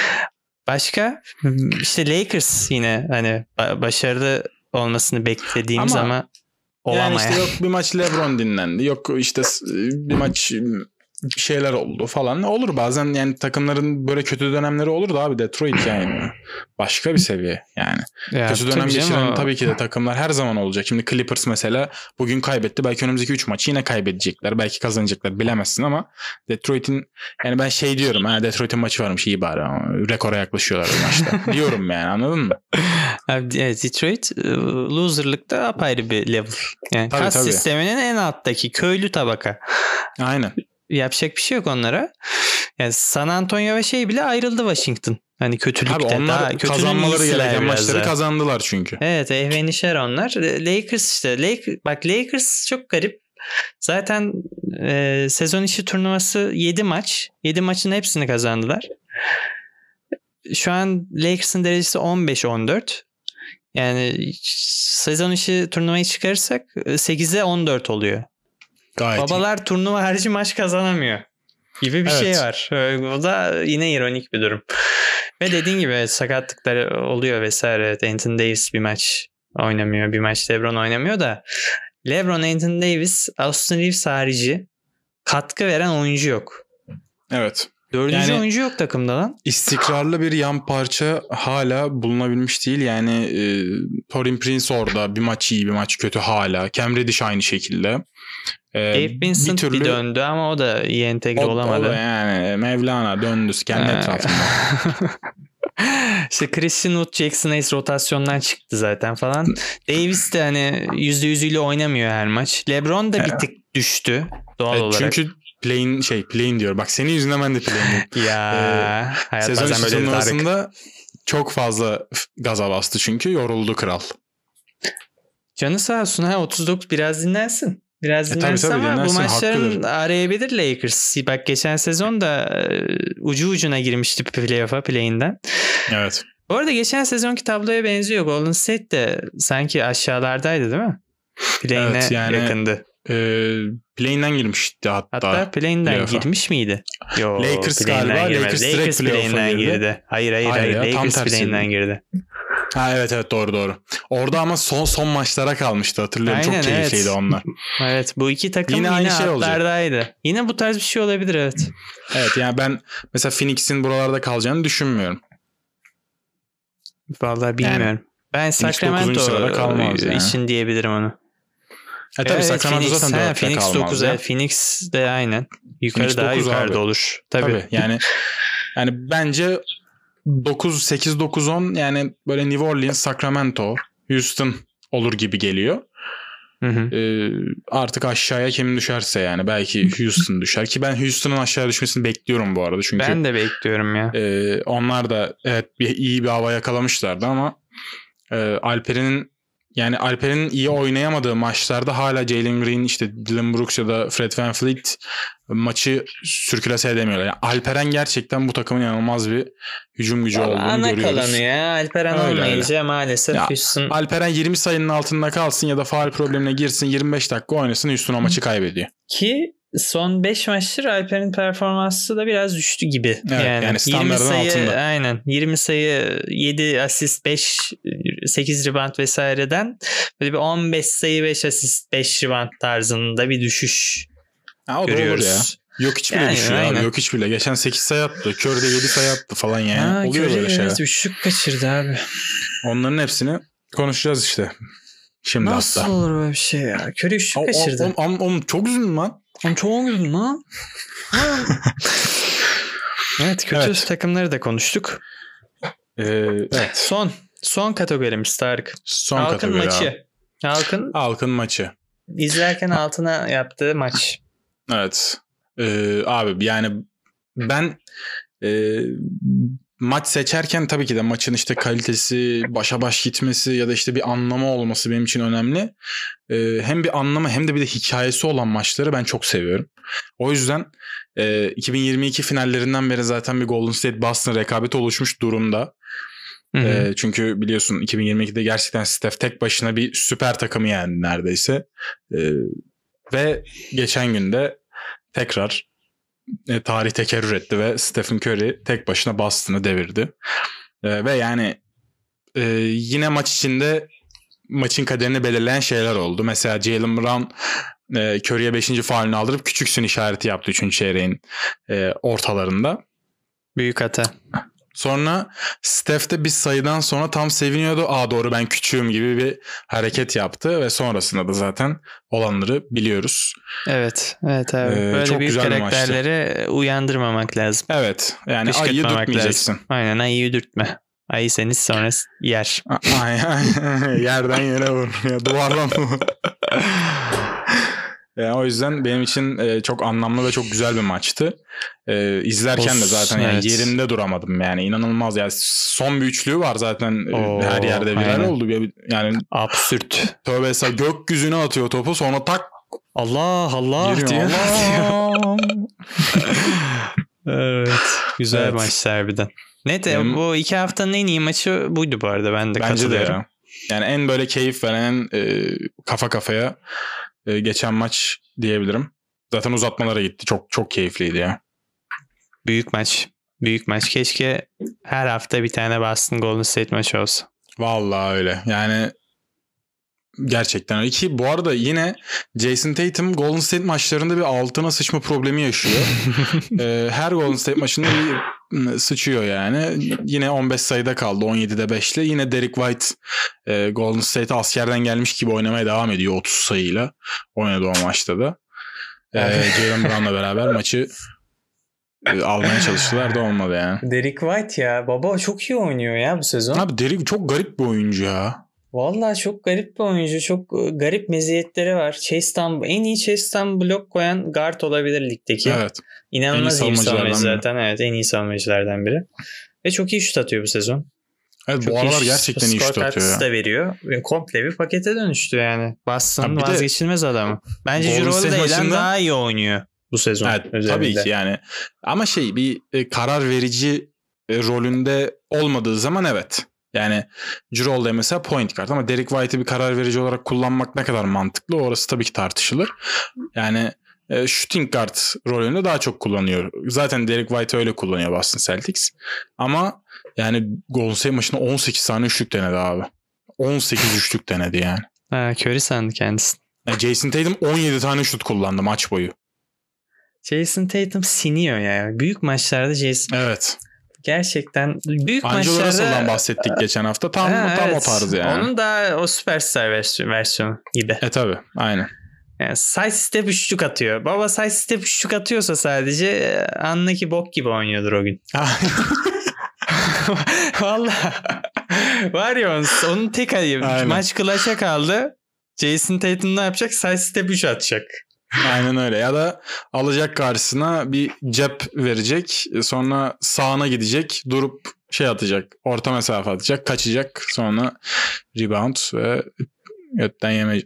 Başka? İşte Lakers yine hani ba- başarılı olmasını beklediğimiz ama, Ama olamayan. Yani işte yok bir maç LeBron dinlendi. Yok işte bir maç bir şeyler oldu falan. Olur bazen yani takımların böyle kötü dönemleri olur da abi Detroit yani başka bir seviye yani. Ya, kötü dönem tabii canım geçiren o- tabii ki de takımlar her zaman olacak. Şimdi Clippers mesela bugün kaybetti. Belki önümüzdeki üç maçı yine kaybedecekler. Belki kazanacaklar bilemezsin ama Detroit'in yani ben şey diyorum ha Detroit'in maçı varmış iyi bari ama rekora yaklaşıyorlar bu maçta. Diyorum yani anladın mı? Abi, evet, Detroit e, loserlıkta apayrı bir level. Yani Tabii, kas tabii. sisteminin en alttaki köylü tabaka. Aynen. Yapacak bir şey yok onlara. Yani San Antonio ve şey bile ayrıldı Washington. Hani kötülükte. Abi onlar daha kötünün kazanmaları iyisiler gereken biraz maçları daha. kazandılar çünkü. Evet ehvenişer onlar. Lakers işte. Lakers, bak Lakers çok garip. Zaten e, sezon içi turnuvası yedi maç. yedi maçın hepsini kazandılar. Şu an Lakers'ın derecesi on beş on dört. Yani sezon içi turnuvayı çıkarırsak sekize on dört oluyor. Gayet Babalar iyi. Turnuva harici maç kazanamıyor gibi bir evet. şey var. O da yine ironik bir durum. Ve dediğin gibi sakatlıkları oluyor vesaire. Anthony Davis bir maç oynamıyor. Bir maç LeBron oynamıyor da LeBron, Anthony Davis, Austin Reeves harici katkı veren oyuncu yok. Evet. Dördüncü yani, oyuncu yok takımda lan. İstikrarlı bir yan parça hala bulunabilmiş değil. Yani e, Taurean Prince orada bir maç iyi bir maç kötü hala. Cam Reddish aynı şekilde. E, Gabe Vincent bir, türlü, bir döndü ama o da iyi entegre o, olamadı. O da yani Mevlana döndü kendi etrafında. İşte Christian Wood, Jackson Hayes rotasyondan çıktı zaten falan. Davis de hani yüzde yüzüyle oynamıyor her maç. LeBron da bir tık düştü doğal evet, olarak. Çünkü play'in şey play'in diyor. Bak senin yüzünden ben de play'im. Ya ee, sezon içi turnuvasında çok fazla gaza bastı çünkü yoruldu kral. Canı sağ olsun ha otuz dokuz biraz dinlensin. Biraz dinlensin e, tabii, tabii, ama dinlensin, bu maçların hakkıdır. Arayabilir Lakers. Bak geçen sezon da ucu ucuna girmişti playoff'a play-in'den. Evet. Bu arada geçen sezonki tabloya benziyor. Golden State de sanki aşağılardaydı değil mi? Play-in'e evet, yani, yakındı. E, play-in'den girmişti hatta. Hatta play-in'den playoff'a. Girmiş miydi? Yo, Lakers galiba. Lakers, Lakers play-in'den girdi. girdi. Hayır hayır hayır. hayır. Ya, Lakers play-in'den girdi. Ha evet evet doğru doğru. Orada ama son son maçlara kalmıştı hatırlıyorum. Aynen, çok keyifliydi evet. onlar. Evet bu iki takım yine, yine aynı şey atlardaydı. Yine bu tarz bir şey olabilir evet. Evet yani ben mesela Phoenix'in buralarda kalacağını düşünmüyorum. Vallahi bilmiyorum. Yani, ben Sacramento için yani. Diyebilirim onu. E tabii evet, Sacramento Phoenix, zaten dörtte Phoenix kalmaz. dokuz ya. Phoenix de aynen. Yukarı Phoenix daha yukarıda abi. Olur. Tabii. Tabii yani yani bence dokuz sekiz dokuz on yani böyle New Orleans, Sacramento, Houston olur gibi geliyor. Hı hı. Ee, artık aşağıya kim düşerse yani belki Houston düşer ki ben Houston'ın aşağıya düşmesini bekliyorum bu arada çünkü ben de bekliyorum ya. E, onlar da evet bir iyi bir hava yakalamışlardı ama e, Alperen'in yani Alperen'in iyi oynayamadığı maçlarda hala Jalen Green işte Dillon Brooks ya da Fred VanVleet maçı sürklase edemiyorlar. Yani Alperen gerçekten bu takımın inanılmaz bir hücum gücü olduğunu ana görüyoruz. Ana kalanı ya. Alperen öyle olmayınca öyle. Maalesef ya, Houston. Alperen yirmi sayının altında kalsın ya da faul problemine girsin yirmi beş dakika oynasın Houston o maçı kaybediyor. Ki son beş maçtır Alperen'in performansı da biraz düştü gibi. Evet, yani, yani yirmi sayı altında. Aynen. yirmi sayı, yedi asist, beş sekiz rebound vesaireden böyle bir on beş sayı, beş asist, beş rebound tarzında bir düşüş ha, o görüyoruz. Da olur ya. Yok hiç bile yani, düşüyor abi. Yok hiç bile. Geçen sekiz sayı attı. Kör'de yedi sayı attı falan yani. Ha, oluyor böyle şeyler. Biraz düşük kaçırdı abi. Onların hepsini konuşacağız işte. Şimdi nasıl hatta. olur böyle bir şey ya? Kör'ü düşük o, kaçırdı. O, o, o, o, çok üzüldüm lan. Oğlum çok üzüldüm lan. Evet kötü evet. takımları da konuştuk. Ee, evet. Son. Son kategorimiz Tarık. Son Halkın kategori maçı. Abi. Halkın, Halkın maçı. İzlerken altına yaptığı maç. Evet. Ee, abi yani ben e, maç seçerken tabii ki de maçın işte kalitesi, başa baş gitmesi ya da işte bir anlamı olması benim için önemli. Ee, hem bir anlamı hem de bir de hikayesi olan maçları ben çok seviyorum. O yüzden e, iki bin yirmi iki finallerinden beri zaten bir Golden State Boston rekabeti oluşmuş durumda. Hı hı. E, çünkü biliyorsun iki bin yirmi ikide gerçekten Steph tek başına bir süper takımı yendi neredeyse. E, ve geçen günde tekrar e, tarih tekerrür etti ve Stephen Curry tek başına Boston'ı devirdi. E, ve yani e, yine maç içinde maçın kaderini belirleyen şeyler oldu. Mesela Jaylen Brown e, Curry'e beşinci faulünü aldırıp küçüksün işareti yaptı üçüncü çeyreğin e, ortalarında. Büyük hata. Sonra Steph de bir sayıdan sonra tam seviniyordu. Aa doğru ben küçüğüm gibi bir hareket yaptı ve sonrasında da zaten olanları biliyoruz. Evet. Evet abi. Ee, Böyle büyük karakterleri uyandırmamak lazım. Evet. Yani ayıyı dürtmeyeceksin. Lazım. Aynen ayıyı dürtme. Ayı seni sonra yer. Aynen. Yerden yere vur. Ya, duvardan vur. Yani o yüzden benim için e, çok anlamlı ve çok güzel bir maçtı. E, izlerken Os, de zaten evet. yani yerimde duramadım yani inanılmaz yani son bir üçlüğü var zaten Oo, her yerde viral oldu yani absürt. Tövbe estağfurullah gökyüzüne atıyor topu sonra tak Allah Allah Giriyor, diyor. Allah. Evet. Güzel Evet. maçlar bir de. Net Benim- bu iki haftanın en iyi maçı buydu bu arada. Ben de Bence de katılıyorum. ya. Yani en böyle keyif veren e, kafa kafaya e, geçen maç diyebilirim. Zaten uzatmalara gitti. Çok çok keyifliydi ya. Büyük maç. Büyük maç. Keşke her hafta bir tane Boston Golden State maçı olsa. Vallahi öyle. Yani gerçekten öyle. Ki bu arada yine Jason Tatum Golden State maçlarında bir altına sıçma problemi yaşıyor. Ee, her Golden State maçında bir sıçıyor yani. Yine on beş sayıda kaldı. on yedide beşle. Yine Derek White e, Golden State'e askerden gelmiş gibi oynamaya devam ediyor otuz sayıyla. Oynadı o maçta da. Ee, Jaylen Brown'la beraber maçı e, almaya çalıştılar da olmadı yani. Derek White ya. Baba çok iyi oynuyor ya bu sezon. Abi Derek çok garip bir oyuncu ya. Vallahi çok garip bir oyuncu. Çok garip meziyetleri var. Chase'den en iyi Chase'den blok koyan guard olabilir ligdeki. Evet. İnanılmaz iyi bir savunmacılardan savunmacı biri. zaten. Evet, en iyi savunmacılardan biri. Ve çok iyi şut atıyor bu sezon. Evet Çok bu aralar iyi gerçekten iyi skor şut atıyor katkısı ya. da veriyor. Ve komple bir pakete dönüştü yani. Boston'ın Ha, bir de vazgeçilmez adamı. Bence Golden State Jrue maçında- daha iyi oynuyor bu sezon. Evet, üzerinde. tabii ki yani. Ama şey bir e, karar verici e, rolünde olmadığı zaman evet. Yani Jrue mesela point guard ama Derek White'ı bir karar verici olarak kullanmak ne kadar mantıklı orası tabii ki tartışılır. Yani e, shooting guard rolünde daha çok kullanıyor. Zaten Derek White öyle kullanıyor Boston Celtics. Ama yani Golden State maçında on sekiz tane üçlük denedi abi. on sekiz üçlük denedi yani. Ha, Curry sandı kendisi. Yani Jason Tatum on yedi tane şut kullandı maç boyu. Jason Tatum siniyor ya. Büyük maçlarda Jason Evet. gerçekten büyük Angelo maçlarda Russell'dan bahsettik geçen hafta. Tam Ha, tam evet. o tarz yani. Onun da o süperstar versiyonu, versiyonu gibi. E tabi aynen. Yani side step üçlük atıyor. Baba side step üçlük atıyorsa sadece Annaki bok gibi oynuyordur o gün. Vallahi var ya onun, onun tek ayı. Aynen. Maç clutch'a kaldı. Jason Tatum ne yapacak? Side step üç atacak. Aynen öyle. Ya da alacak karşısına bir cep verecek. Sonra sağına gidecek. Durup şey atacak. Orta mesafe atacak. Kaçacak. Sonra rebound ve götten yeme.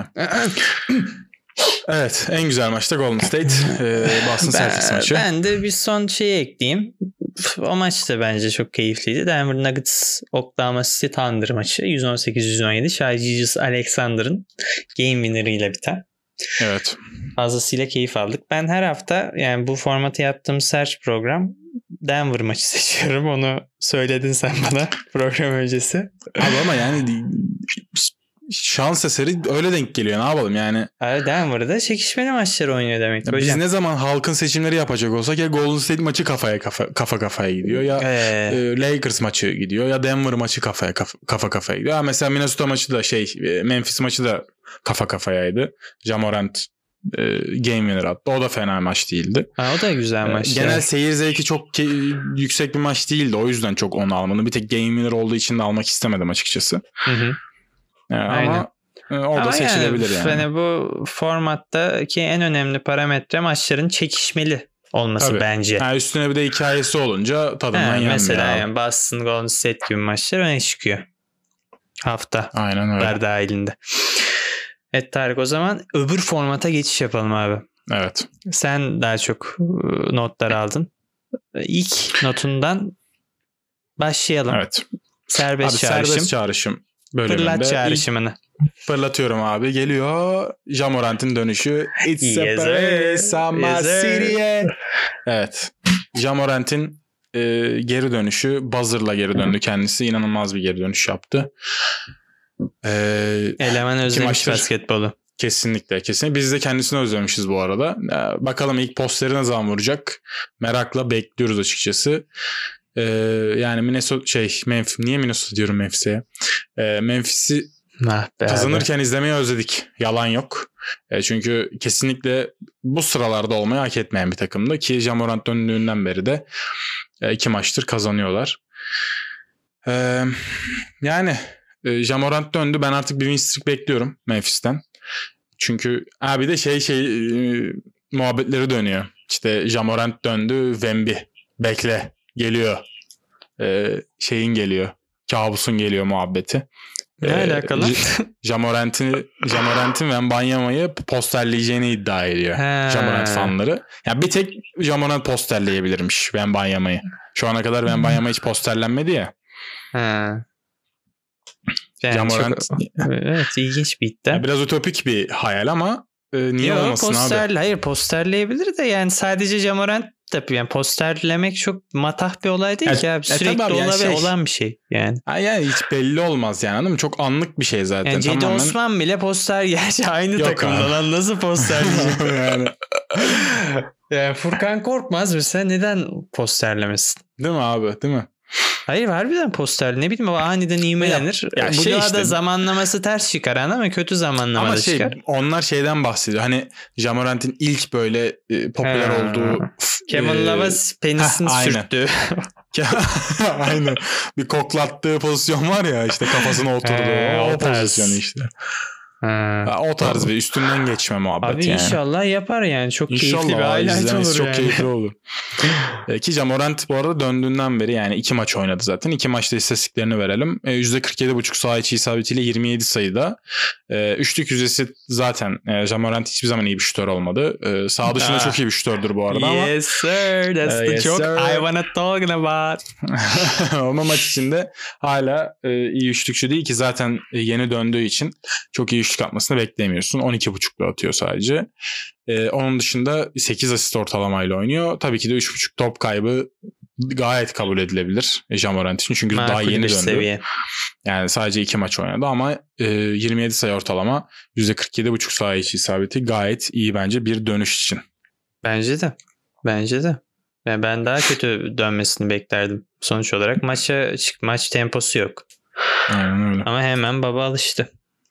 Evet. En güzel maçta Golden State. E, Boston Celtics maçı. Ben de bir son şeyi ekleyeyim. O maç da bence çok keyifliydi. Denver Nuggets Oklahoma City Thunder maçı. yüz on sekiz yüz on yedi. Shai Gilgeous-Alexander'ın game winner'ıyla biten. Evet. Fazlasıyla keyif aldık. Ben her hafta yani bu formatı yaptığım search program Denver maçı seçiyorum. Onu söyledin sen bana program öncesi. Abi ama yani şans eseri öyle denk geliyor. Ne yapalım yani. Abi Denver'da çekişmeli maçlar oynuyor demek ki Ya biz hocam. ne zaman halkın seçimleri yapacak olsak ya Golden State maçı kafaya kafa, kafa kafaya gidiyor ya Ee, e, Lakers maçı gidiyor ya Denver maçı kafaya kafa, kafa kafaya gidiyor. Ha, mesela Minnesota maçı da şey e, Memphis maçı da kafa kafayaydı. Ja Morant e, game winner attı. O da fena maç değildi. ha, o da güzel E, maç. genel yani. seyir zevki çok ke- yüksek bir maç değildi. O yüzden çok onu almadım. Bir tek game winner olduğu için de almak istemedim açıkçası. Hı hı. E, ama e, o da Ama seçilebilir yani. yani. Bu formattaki en önemli parametre maçların çekişmeli olması Tabii. bence. Ha, üstüne bir de hikayesi olunca tadından Ha, yenmiyor. mesela abi. yani Boston Golden State gibi maçlar öne çıkıyor. Hafta. Aynen öyle. dahilinde. Evet Tarık, o zaman öbür formata geçiş yapalım abi. Evet. Sen daha çok ıı, notlar aldın. İlk notundan başlayalım. Evet. Serbest Abi çağrışım. serbest çağrışım bölümünde. Fırlat ilk çağrışımını. fırlatıyorum abi. Geliyor Ja Morant'in dönüşü. It's Yes, a sir. place, summer Yes, sir. city'ye. Evet. Ja Morant'in e, geri dönüşü. Buzzer'la geri döndü kendisi. İnanılmaz bir geri dönüş yaptı. E, Eleman özlemiş maçtır? basketbolu. Kesinlikle. Kesinlikle. Biz de kendisini özlemişiz bu arada. E, bakalım ilk posteri ne zaman vuracak? Merakla bekliyoruz açıkçası. Ee, yani Minnesota şey Memphis niye Minnesota diyorum Memphis'e ee, Memphis'i Ah be kazanırken abi. izlemeyi özledik. Yalan yok. E, çünkü kesinlikle bu sıralarda olmayı hak etmeyen bir takımdı ki Ja Morant döndüğünden beri de e, iki maçtır kazanıyorlar. E, yani e, Ja Morant döndü. Ben artık bir win streak bekliyorum Memphis'ten. Çünkü abi de şey şey e, muhabbetleri dönüyor. İşte Ja Morant döndü. Wemby bekle. Geliyor. Ee, şeyin geliyor. Kabusun geliyor muhabbeti. Ne e, alakalı? Ja Morant'in Ja Morant'in Wembanyama'yı posterleyeceğini iddia ediyor. He. Ja Morant fanları. Yani bir tek Ja Morant posterleyebilirmiş Wembanyama'yı. Şu ana kadar Wembanyama hiç posterlenmedi ya. Ha. Yani Ja Morant, çok, evet, ilginç bir iddia. yani biraz ütopik bir hayal ama e, niye Yo, olmasın poster, abi? Hayır, posterleyebilir de yani sadece Ja Morant tabii, yani posterlemek çok matah bir olay değil E, ki abi. e, Sürekli tabii abi, yani olan, şey- olan bir şey yani. Ha, yani hiç belli olmaz yani, anladın mı? Çok anlık bir şey zaten. Yani Cedi Tamamen... Osman bile poster, gerçi aynı Yok takımda abi. lan, nasıl posterleyecek? yani. Yani Furkan Korkmaz mesela neden posterlemesin? Değil mi abi? Değil mi? Hayır, harbiden poster, ne bileyim, o aniden ivmelenir. Ya, ya Bu şey da işte- zamanlaması ters çıkaran ama kötü zamanlamada Ama şey, çıkar. onlar şeyden bahsediyor. Hani Ja Morant'in ilk böyle e, popüler Ha. olduğu Kevin e, Love'a penisini heh, aynen. sürttü. Aynen. Bir koklattığı pozisyon var ya, işte kafasına oturdu. He, o o tarz. pozisyonu işte. Ha. Ha, o tarz bir üstünden geçme muhabbet Abi yani. inşallah yapar yani. Çok İnşallah keyifli bir abi, highlight izlemesi olur çok yani. keyifli olur. E, ki Ja Morant bu arada döndüğünden beri yani iki maç oynadı zaten. İki maçta istatistiklerini verelim. E, yüzde kırk yedi buçuk saha içi isabetiyle yirmi yedi sayıda. E, üçlük yüzdesi zaten e, Ja Morant hiçbir zaman iyi bir şutör olmadı. E, sağ dışında Ah. çok iyi bir şutördür bu arada ama. Yes sir, that's Uh, the yes, joke sir. I wanna talk about. Ama maç içinde hala e, iyi üçlükçü değil ki zaten e, yeni döndüğü için çok iyi üçlük atmasını beklemiyorsun. on iki buçukla atıyor sadece. E, onun dışında sekiz asist ortalamayla oynuyor. Tabii ki de üç buçuk top kaybı gayet kabul edilebilir Ja Morant için. Çünkü daha Makul yeni bir döndü. seviye. Yani sadece iki maç oynadı ama e, yirmi yedi sayı ortalama, yüzde kırk yedi buçuk saha içi isabeti gayet iyi bence bir dönüş için. Bence de. Bence de. Yani ben daha kötü dönmesini beklerdim. Sonuç olarak maça çık, maç temposu yok. Aynen öyle. Ama hemen baba alıştı.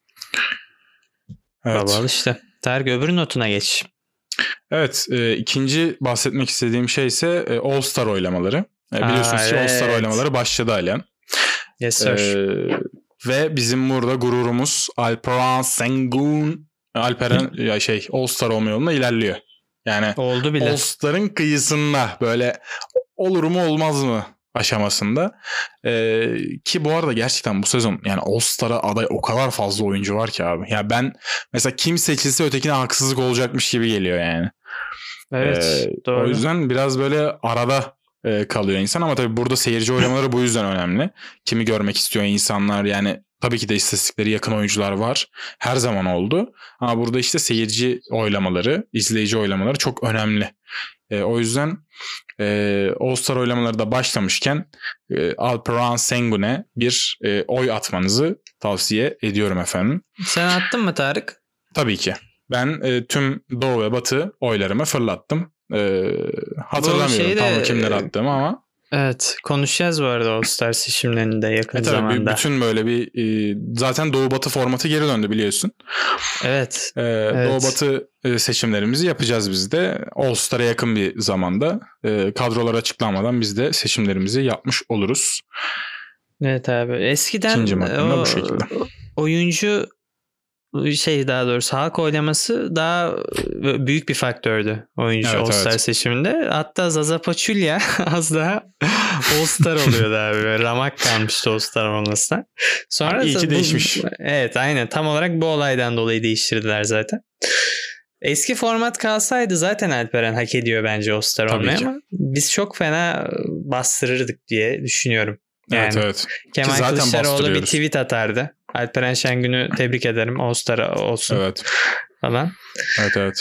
Evet. Baba alıştı. Tarık, öbür notuna geç. Evet, e, ikinci bahsetmek istediğim şey ise e, All Star oylamaları. E, biliyorsunuz Aa, ki All Star evet. oylamaları başladı halen. Yes sir. E, ve bizim burada gururumuz Alperen Sengun, Alperen ya şey All Star olma yolunda ilerliyor. Yani Oldu bile. All Star'ın kıyısında, böyle olur mu olmaz mı aşamasında. Ee, ki bu arada gerçekten bu sezon yani All Star'a aday o kadar fazla oyuncu var ki abi. Ya ben mesela kim seçilse ötekine haksızlık olacakmış gibi geliyor yani. Evet, Ee, doğru. O yüzden biraz böyle arada e, kalıyor insan ama tabii burada seyirci oylamaları bu yüzden önemli. Kimi görmek istiyor insanlar, yani tabii ki de istatistikleri yakın oyuncular var. Her zaman oldu. Ama burada işte seyirci oylamaları, izleyici oylamaları çok önemli. E, o yüzden e, All-Star oylamaları da başlamışken e, Alperen Sengun'e bir e, oy atmanızı tavsiye ediyorum efendim. Sen attın mı Tarık? Tabii ki. Ben e, tüm Doğu ve Batı oylarımı fırlattım. E, hatırlamıyorum şeyde, tam kimleri attığımı ama. Evet, konuşacağız bu arada All Star seçimlerinde yakın E tabii zamanda. bütün böyle bir e, zaten Doğu Batı formatı geri döndü biliyorsun. Evet. E, evet. Doğu Batı e, seçimlerimizi yapacağız biz de. All Star'a yakın bir zamanda e, kadrolar açıklanmadan biz de seçimlerimizi yapmış oluruz. Evet abi. Eskiden İkinci maddem de o, bu şekilde. oyuncu şey daha doğrusu halk oylaması daha büyük bir faktördü oyuncu Evet, All Star evet. seçiminde. Hatta Zaza Pachulia az daha All Star oluyordu abi. Böyle ramak kalmıştı All Star olmasına. Sonra İyi ki bu, değişmiş. Evet, aynen. Tam olarak bu olaydan dolayı değiştirdiler zaten. Eski format kalsaydı zaten Alperen hak ediyor bence All Star Tabii olmayı ki. ama biz çok fena bastırırdık diye düşünüyorum. Yani Evet evet. Kemal Ki zaten Kılıçdaroğlu bir bastırıyoruz. tweet atardı. Alperen Şengün'ü tebrik ederim. All Star olsun Evet. falan. Evet evet.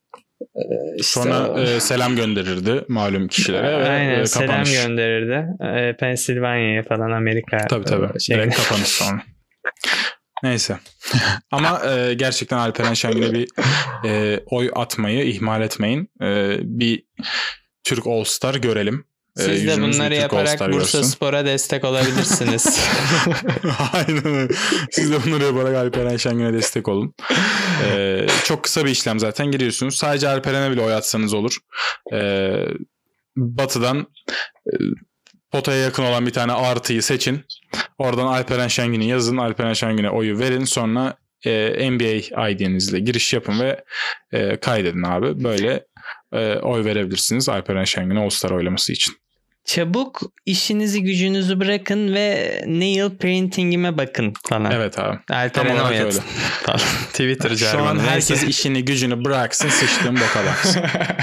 İşte Sonra o- e, selam gönderirdi malum kişilere ve Aynen, e, selam kapanış. gönderirdi. E, Pensilvanya'ya falan, Amerika. Tabii tabii. e, şeyine. Direkt kapanış sonra. Neyse. Ama e, gerçekten Alperen Şengün'e bir e, oy atmayı ihmal etmeyin. E, bir Türk All Star görelim. E, Siz de yüzümüz bir bunları Türk All yaparak Star Bursa görsün. Spor'a destek olabilirsiniz. Aynen öyle. Siz de bunları yaparak Alperen Şengün'e destek olun. Ee, çok kısa bir işlem zaten, giriyorsunuz. Sadece Alperen'e bile oy atsanız olur. Ee, batı'dan e, potaya yakın olan bir tane artıyı seçin. Oradan Alperen Şengün'ü yazın. Alperen Şengün'e oyu verin. Sonra e, N B A I D'nizle giriş yapın ve e, kaydedin abi. Böyle e, oy verebilirsiniz Alperen Şengün'e All Star oylaması için. Çabuk işinizi gücünüzü bırakın ve nail painting'ime bakın falan. Evet abi. Alperen Tam olarak oynatın öyle. falan. Twitter Şu jargonu. an herkes Neyse. işini gücünü bıraksın, sıçtığım boka baksın.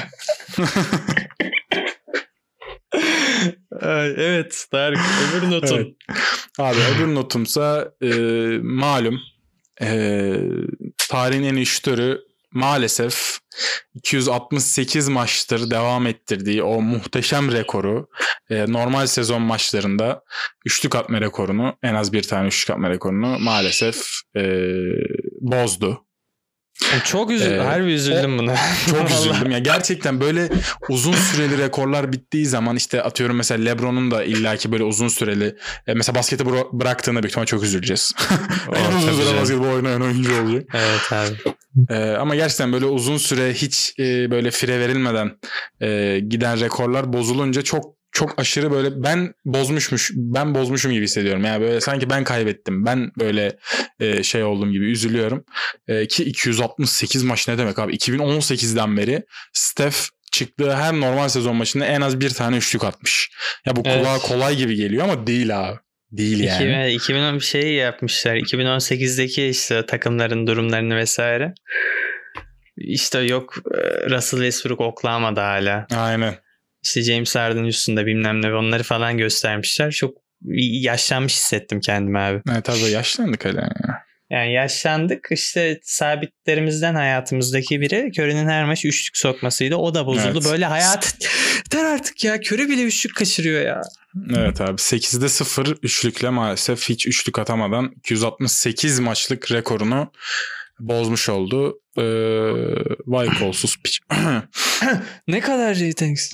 Ay, evet Tarık, öbür notun. Evet. Abi öbür notumsa e, malum e, tarihin en iyi şutörü maalesef iki yüz altmış sekiz maçtır devam ettirdiği o muhteşem rekoru, e, normal sezon maçlarında üçlük atma rekorunu, en az bir tane üçlük atma rekorunu maalesef e, bozdu. Çok üzüldüm. Ee, Harbi üzüldüm buna. Çok üzüldüm. Ya gerçekten böyle uzun süreli rekorlar bittiği zaman, işte atıyorum mesela LeBron'un da illaki böyle uzun süreli e, mesela basketi bıra- bıraktığında büyük ihtimalle çok üzüleceğiz. En uzun süre basketbol oynayan oyuncu olacak. Evet abi. Ee, ama gerçekten böyle uzun süre hiç e, böyle fire verilmeden e, giden rekorlar bozulunca çok çok aşırı böyle ben bozmuşmuş ben bozmuşum gibi hissediyorum. Yani böyle sanki ben kaybettim. Ben böyle e, şey olduğum gibi üzülüyorum. E, ki iki yüz altmış sekiz maç ne demek abi? iki bin on sekizden beri Steph çıktığı her normal sezon maçında en az bir tane üçlük atmış. Ya bu kulağa evet. kolay gibi geliyor ama değil abi. Değil yani. iki bin on bir şey yapmışlar. iki bin on sekizdeki işte takımların durumlarını vesaire. İşte yok Russell Westbrook Oklahoma'da hala. Aynen. İşte James Harden üstünde bilmem ne, onları falan göstermişler. Çok yaşlanmış hissettim kendimi abi. Evet tabii yaşlandık hala ya. Yani yaşlandık. İşte sabitlerimizden hayatımızdaki biri Curry'nin her maç üçlük sokmasıydı. O da bozuldu. Evet. Böyle hayat der artık ya. Curry bile üçlük kaçırıyor ya. Evet abi, sekizde sıfır üçlükle maalesef hiç üçlük atamadan iki yüz altmış sekiz maçlık rekorunu bozmuş oldu. Ee, vay kolsuz piç. Ne kadar ratings.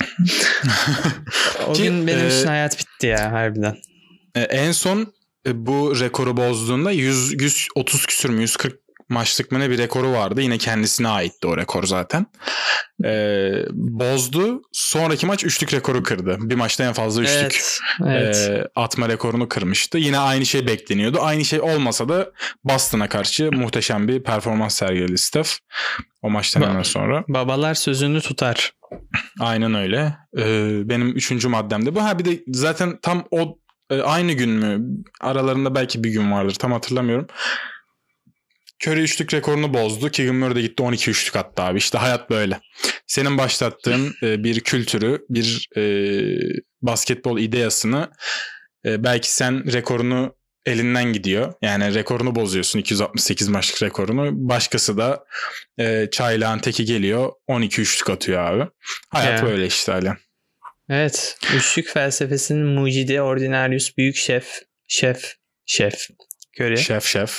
O Ki, gün benim e, için hayat bitti ya harbiden. E, en son e, bu rekoru bozduğunda yüz, yüz otuz küsür mü yüz kırk maçlık mı ne bir rekoru vardı. Yine kendisine aitti o rekor zaten. Ee, bozdu. Sonraki maç üçlük rekoru kırdı. Bir maçta en fazla üçlük evet, evet. E, atma rekorunu kırmıştı. Yine aynı şey bekleniyordu. Aynı şey olmasa da Boston'a karşı muhteşem bir performans sergiledi Steph. O maçtan ba- hemen sonra. Babalar sözünü tutar. Aynen öyle. Ee, benim üçüncü maddem de bu. Ha bir de zaten tam o e, aynı gün mü? Aralarında belki bir gün vardır. Tam hatırlamıyorum. Curry üçlük rekorunu bozdu. Keegan Murray de gitti on iki üçlük attı abi. İşte hayat böyle. Senin başlattığın e, bir kültürü, bir e, basketbol ideasını e, belki sen rekorunu elinden gidiyor. Yani rekorunu bozuyorsun, iki yüz altmış sekiz maçlık rekorunu. Başkası da e, çaylağın teki geliyor on iki üçlük atıyor abi. Hayat yeah. böyle işte hala. Evet. Üçlük felsefesinin mucidi Ordinarius büyük şef, şef, şef Curry. Şef şef.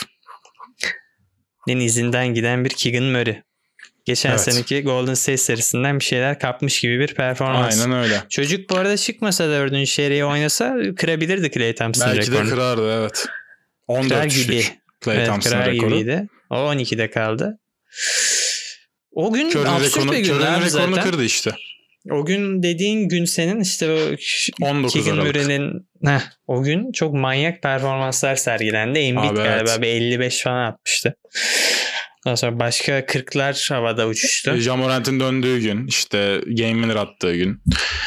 izinden giden bir Keegan Murray. Geçen evet. seneki Golden State serisinden bir şeyler kapmış gibi bir performans. Aynen öyle. Çocuk bu arada çıkmasa dördüncü çeyreği oynasa kırabilirdi Klay Thompson belki rekorunu. Belki de kırardı evet. on dört gibi. Klay evet, Thompson rekoru. Gibiydi. O on ikide kaldı. O gün Curry'nin absürt rekorunu, bir gün Curry'nin abi zaten. Rekorunu kırdı işte. O gün dediğin gün senin işte o Keegan Murray'nin heh, o gün çok manyak performanslar sergilendi. Embiid galiba evet. bir elli beş falan atmıştı. Ondan sonra başka kırklar havada uçuştu. Ja Morant'in döndüğü gün, işte game winner attığı gün.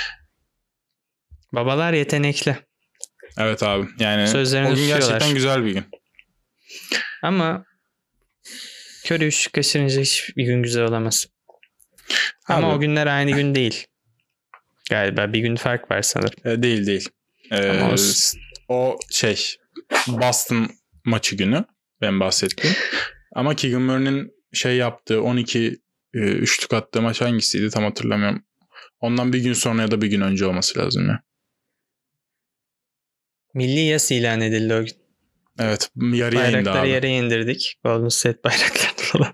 Babalar yetenekli. Evet abi. Yani sözlerini o gün tutuyorlar. Gerçekten güzel bir gün. Ama Curry üçlük kaçırınca hiçbir gün güzel olamaz. Ama abi, o günler aynı gün değil. Galiba bir gün fark var sanırım. E, değil değil. E, o şey Boston maçı günü ben bahsettim. Ama Keegan Murray'nin şey yaptığı on iki e, üçlük attığı maç hangisiydi tam hatırlamıyorum. Ondan bir gün sonra ya da bir gün önce olması lazım ya. Milli yas ilan edildi o gün. Evet, yarıya indi abi. Bayrakları yere indirdik. Golden State bayrakları falan.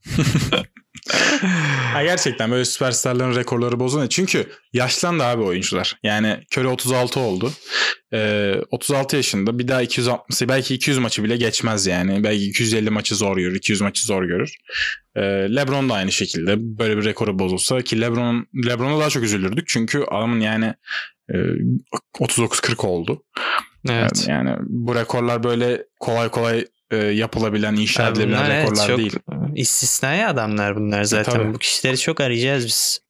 Ha, gerçekten böyle süperstarların rekorları bozuluyor. Çünkü yaşlandı abi oyuncular. Yani Curry otuz altı oldu. Ee, otuz altı yaşında bir daha iki yüz altmış belki iki yüz maçı bile geçmez yani. Belki iki yüz elli maçı zor görür. iki yüz maçı zor görür. Ee, LeBron da aynı şekilde böyle bir rekoru bozulsa ki LeBron'un LeBron'a daha çok üzülürdük. Çünkü adamın yani e, otuz dokuz kırk oldu. Evet. Yani, yani bu rekorlar böyle kolay kolay e, yapılabilen, inşa edilebilen rekorlar evet, değil. İstisnai adamlar bunlar zaten. E, bu kişileri çok arayacağız biz.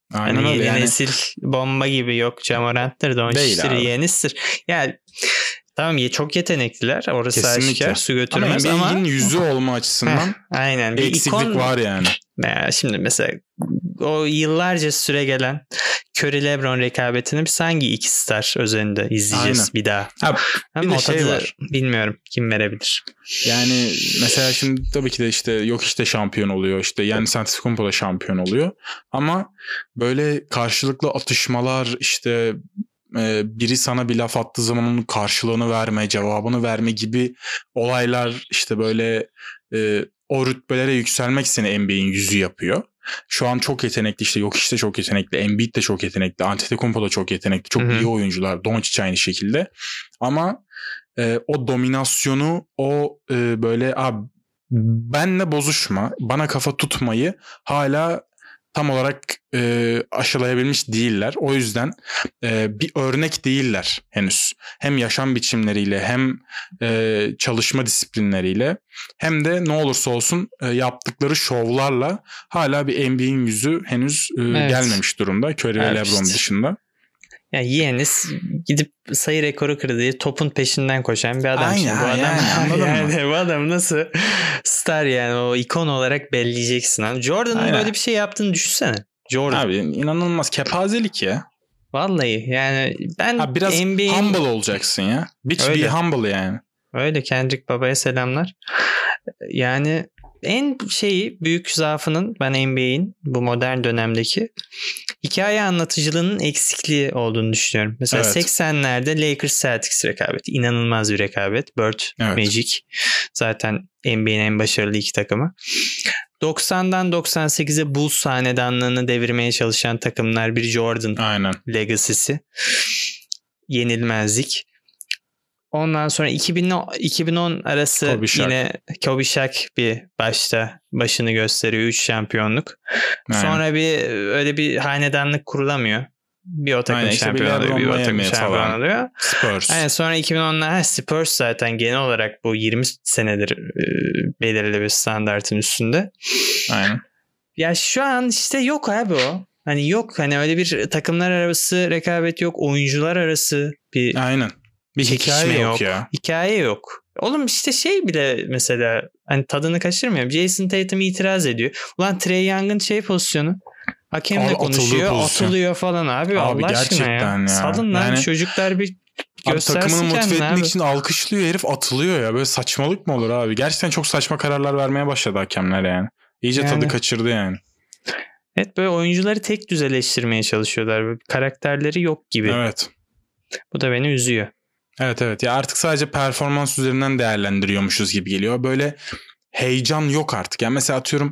Aynen hani öyle yeni yani. nesil bomba gibi yok. Ja Morant'tır, Doncic'tir, Giannis'tir. Yani tamam ya, çok yetenekliler. Orası Kesinlikle. aşikar, su götürmez ama ama. N B A'nin yüzü olma açısından Heh, aynen. Bir eksiklik ikon var yani. Ya şimdi mesela o yıllarca süre gelen Curry LeBron rekabetini biz hangi iki star özelinde izleyeceğiz Aynen. bir daha? Ha, bir ama de o şey tadı var. Bilmiyorum kim verebilir. Yani mesela şimdi tabii ki de işte yok işte şampiyon oluyor. İşte Giannis Antetokounmpo da şampiyon oluyor. Ama böyle karşılıklı atışmalar, işte e, biri sana bir laf attığı zaman onun karşılığını verme, cevabını verme gibi olaylar, işte böyle e, o rütbelere yükselmek seni N B A'in yüzü yapıyor. Şu an çok yetenekli, işte yok işte çok yetenekli, Embiid de çok yetenekli, Antetokounmpo da çok yetenekli, çok Hı-hı. iyi oyuncular, Doncic aynı şekilde. Ama e, o dominasyonu, o e, böyle abi benle bozuşma, bana kafa tutmayı hala tam olarak e, aşılayabilmiş değiller. O yüzden e, bir örnek değiller henüz. Hem yaşam biçimleriyle, hem e, çalışma disiplinleriyle, hem de ne olursa olsun e, yaptıkları şovlarla hala bir N B A'in yüzü henüz e, evet. gelmemiş durumda. Curry ve LeBron işte. dışında. Ya Giannis gidip sayı rekoru kırdığı topun peşinden koşan bir adam. Aynen, şimdi. Bu adam yani, anladın yani, mı? Bu adam nasıl star yani, o ikon olarak belleyeceksin. Abi. Jordan'ın Aynen. böyle bir şey yaptığını düşünsene. Jordan. Abi inanılmaz kepazelik ya. Vallahi yani ben ha, biraz N B A'in... humble olacaksın ya. Bitch be humble yani. Öyle, Kendrick Baba'ya selamlar. Yani en şeyi, büyük zaafının ben N B A'in bu modern dönemdeki hikaye anlatıcılığının eksikliği olduğunu düşünüyorum. Mesela evet. seksenlerde Lakers Celtics rekabeti. İnanılmaz bir rekabet. Bird, evet. Magic. Zaten N B A'in en başarılı iki takımı. doksandan doksan sekize Bulls hanedanlığını devirmeye çalışan takımlar, bir Jordan Aynen. Legacy'si. Yenilmezlik. Ondan sonra iki bin iki bin on arası Kobe yine Kobe Shaq bir başta başını gösteriyor. üç şampiyonluk. Aynen. Sonra bir öyle bir hanedanlık kurulamıyor. Bir o takım işte şampiyon oluyor, bir o takım şampiyon oluyor. Spurs. Yani sonra iki bin onlar Spurs zaten genel olarak bu yirmi senedir e, belirli bir standartın üstünde. Aynen. Ya şu an işte yok abi o. Hani yok, hani öyle bir takımlar arası rekabet yok. Oyuncular arası bir Aynen. Bir hikaye yok, yok ya. Hikaye yok. Oğlum işte şey bile mesela hani tadını kaçırmıyorum. Jason Tatum itiraz ediyor. Ulan Trae Young'ın şey pozisyonu. Hakemle abi, konuşuyor, atılıyor falan abi. Abi Allah aşkına ya. ya. Salın lan yani, çocuklar bir göstersin takımını motive etmek abi. için alkışlıyor herif, atılıyor ya. Böyle saçmalık mı olur abi? Gerçekten çok saçma kararlar vermeye başladı hakemler yani. İyice yani. Tadı kaçırdı yani. Evet, böyle oyuncuları tek düzeleştirmeye çalışıyorlar. Böyle karakterleri yok gibi. Evet. Bu da beni üzüyor. Evet evet ya, artık sadece performans üzerinden değerlendiriyormuşuz gibi geliyor. Böyle heyecan yok artık. Yani mesela atıyorum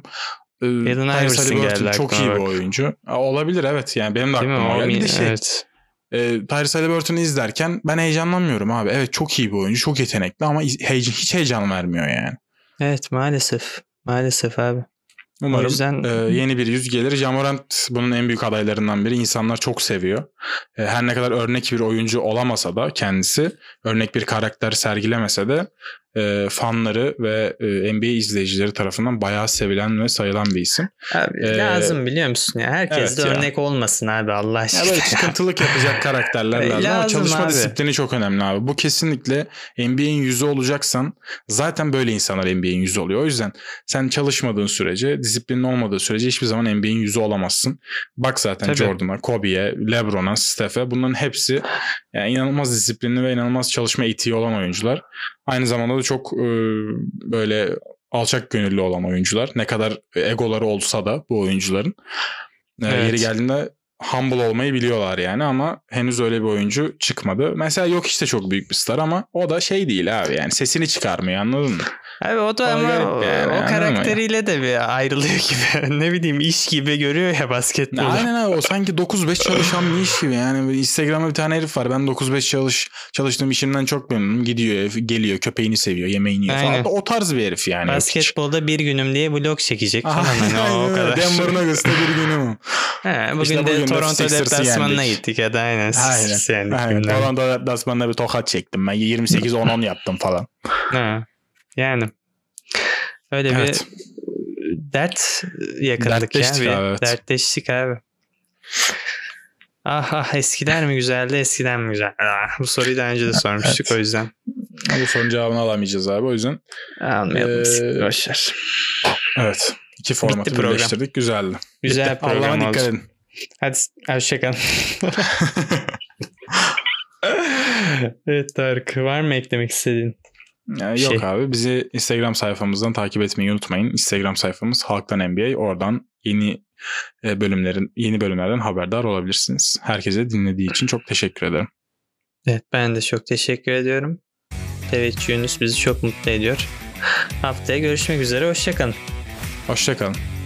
Tyrese Haliburton çok iyi bak. bir oyuncu. Olabilir evet, yani benim de aklıma geldi. Bir de şey evet. e, Tyrese Haliburton'u izlerken ben heyecanlanmıyorum abi. Evet çok iyi bir oyuncu, çok yetenekli ama heyecan, hiç heyecan vermiyor yani. Evet maalesef. Maalesef abi. Umarım o yüzden... e, yeni bir yüz gelir. Ja Morant bunun en büyük adaylarından biri. İnsanlar çok seviyor. E, her ne kadar örnek bir oyuncu olamasa da kendisi, örnek bir karakter sergilemese de e, fanları ve e, N B A izleyicileri tarafından bayağı sevilen ve sayılan bir isim. Abi ee, lazım biliyor musun ya? Herkes evet de ya. Örnek olmasın abi Allah aşkına. Ya böyle çıkıntılık yapacak karakterler lazım. lazım ama çalışma abi. Disiplini çok önemli abi. Bu kesinlikle N B A'in yüzü olacaksan zaten böyle insanlar N B A'in yüzü oluyor. O yüzden sen çalışmadığın sürece, disiplinin olmadığı sürece hiçbir zaman N B A'in yüzü olamazsın. Bak zaten Tabii. Jordan'a, Kobe'ye, LeBron'a, Steph'e, bunların hepsi yani inanılmaz disiplinli ve inanılmaz çalışma etiği olan oyuncular. Aynı zamanda da çok e, böyle alçak gönüllü olan oyuncular. Ne kadar egoları olsa da bu oyuncuların evet. e, yeri geldiğinde humble olmayı biliyorlar yani, ama henüz öyle bir oyuncu çıkmadı. Mesela yok işte çok büyük bir star ama o da şey değil abi, yani sesini çıkarmıyor, anladın mı? Abi o da o ama o, yani, o karakteriyle de bir ayrılıyor gibi. Ne bileyim, iş gibi görüyor ya basketbolu. Aynen abi, o sanki dokuz beş çalışan bir iş gibi. Yani Instagram'da bir tane herif var. Ben dokuz beş çalış çalıştığım işimden çok memnunum. Gidiyor, geliyor, köpeğini seviyor, yemeğini yiyor falan. O tarz bir herif yani. Basketbolda bir günüm diye vlog çekecek falan. Hani o, o kadar. Denver Nuggets'ta bir günüm. He, bugün işte de bugün Toronto de deplasmanına gittik ya da aynen. Aynen. aynen. Toronto deplasmanına bir tokat çektim. Ben yirmi sekiz on on yaptım falan. Ha. Yani öyle evet. bir dert yakındık ya. Bir abi, evet. Dertleştik abi. Ah ah eskiler mi güzeldi eskiden mi güzel? Ah, bu soruyu daha önce de sormuştuk Evet. o yüzden. Bu sorunun cevabını alamayacağız abi. O yüzden. Almayalım. Ee, Boşver. Evet. İki formatı program. birleştirdik. Güzeldi. Güzel Bitti. program Allah'ıma dikkat oldu. edin. Hadi hoşçakalın. Evet Tarık, var mı eklemek istediğin? Yani Şey. Yok abi. Bizi Instagram sayfamızdan takip etmeyi unutmayın. Instagram sayfamız Halktan N B A. Oradan yeni e, bölümlerin yeni bölümlerden haberdar olabilirsiniz. Herkese dinlediği için çok teşekkür ederim. Evet, ben de çok teşekkür ediyorum. Teveccühünüz bizi çok mutlu ediyor. Haftaya görüşmek üzere. Hoşçakalın. Hoşça kalın.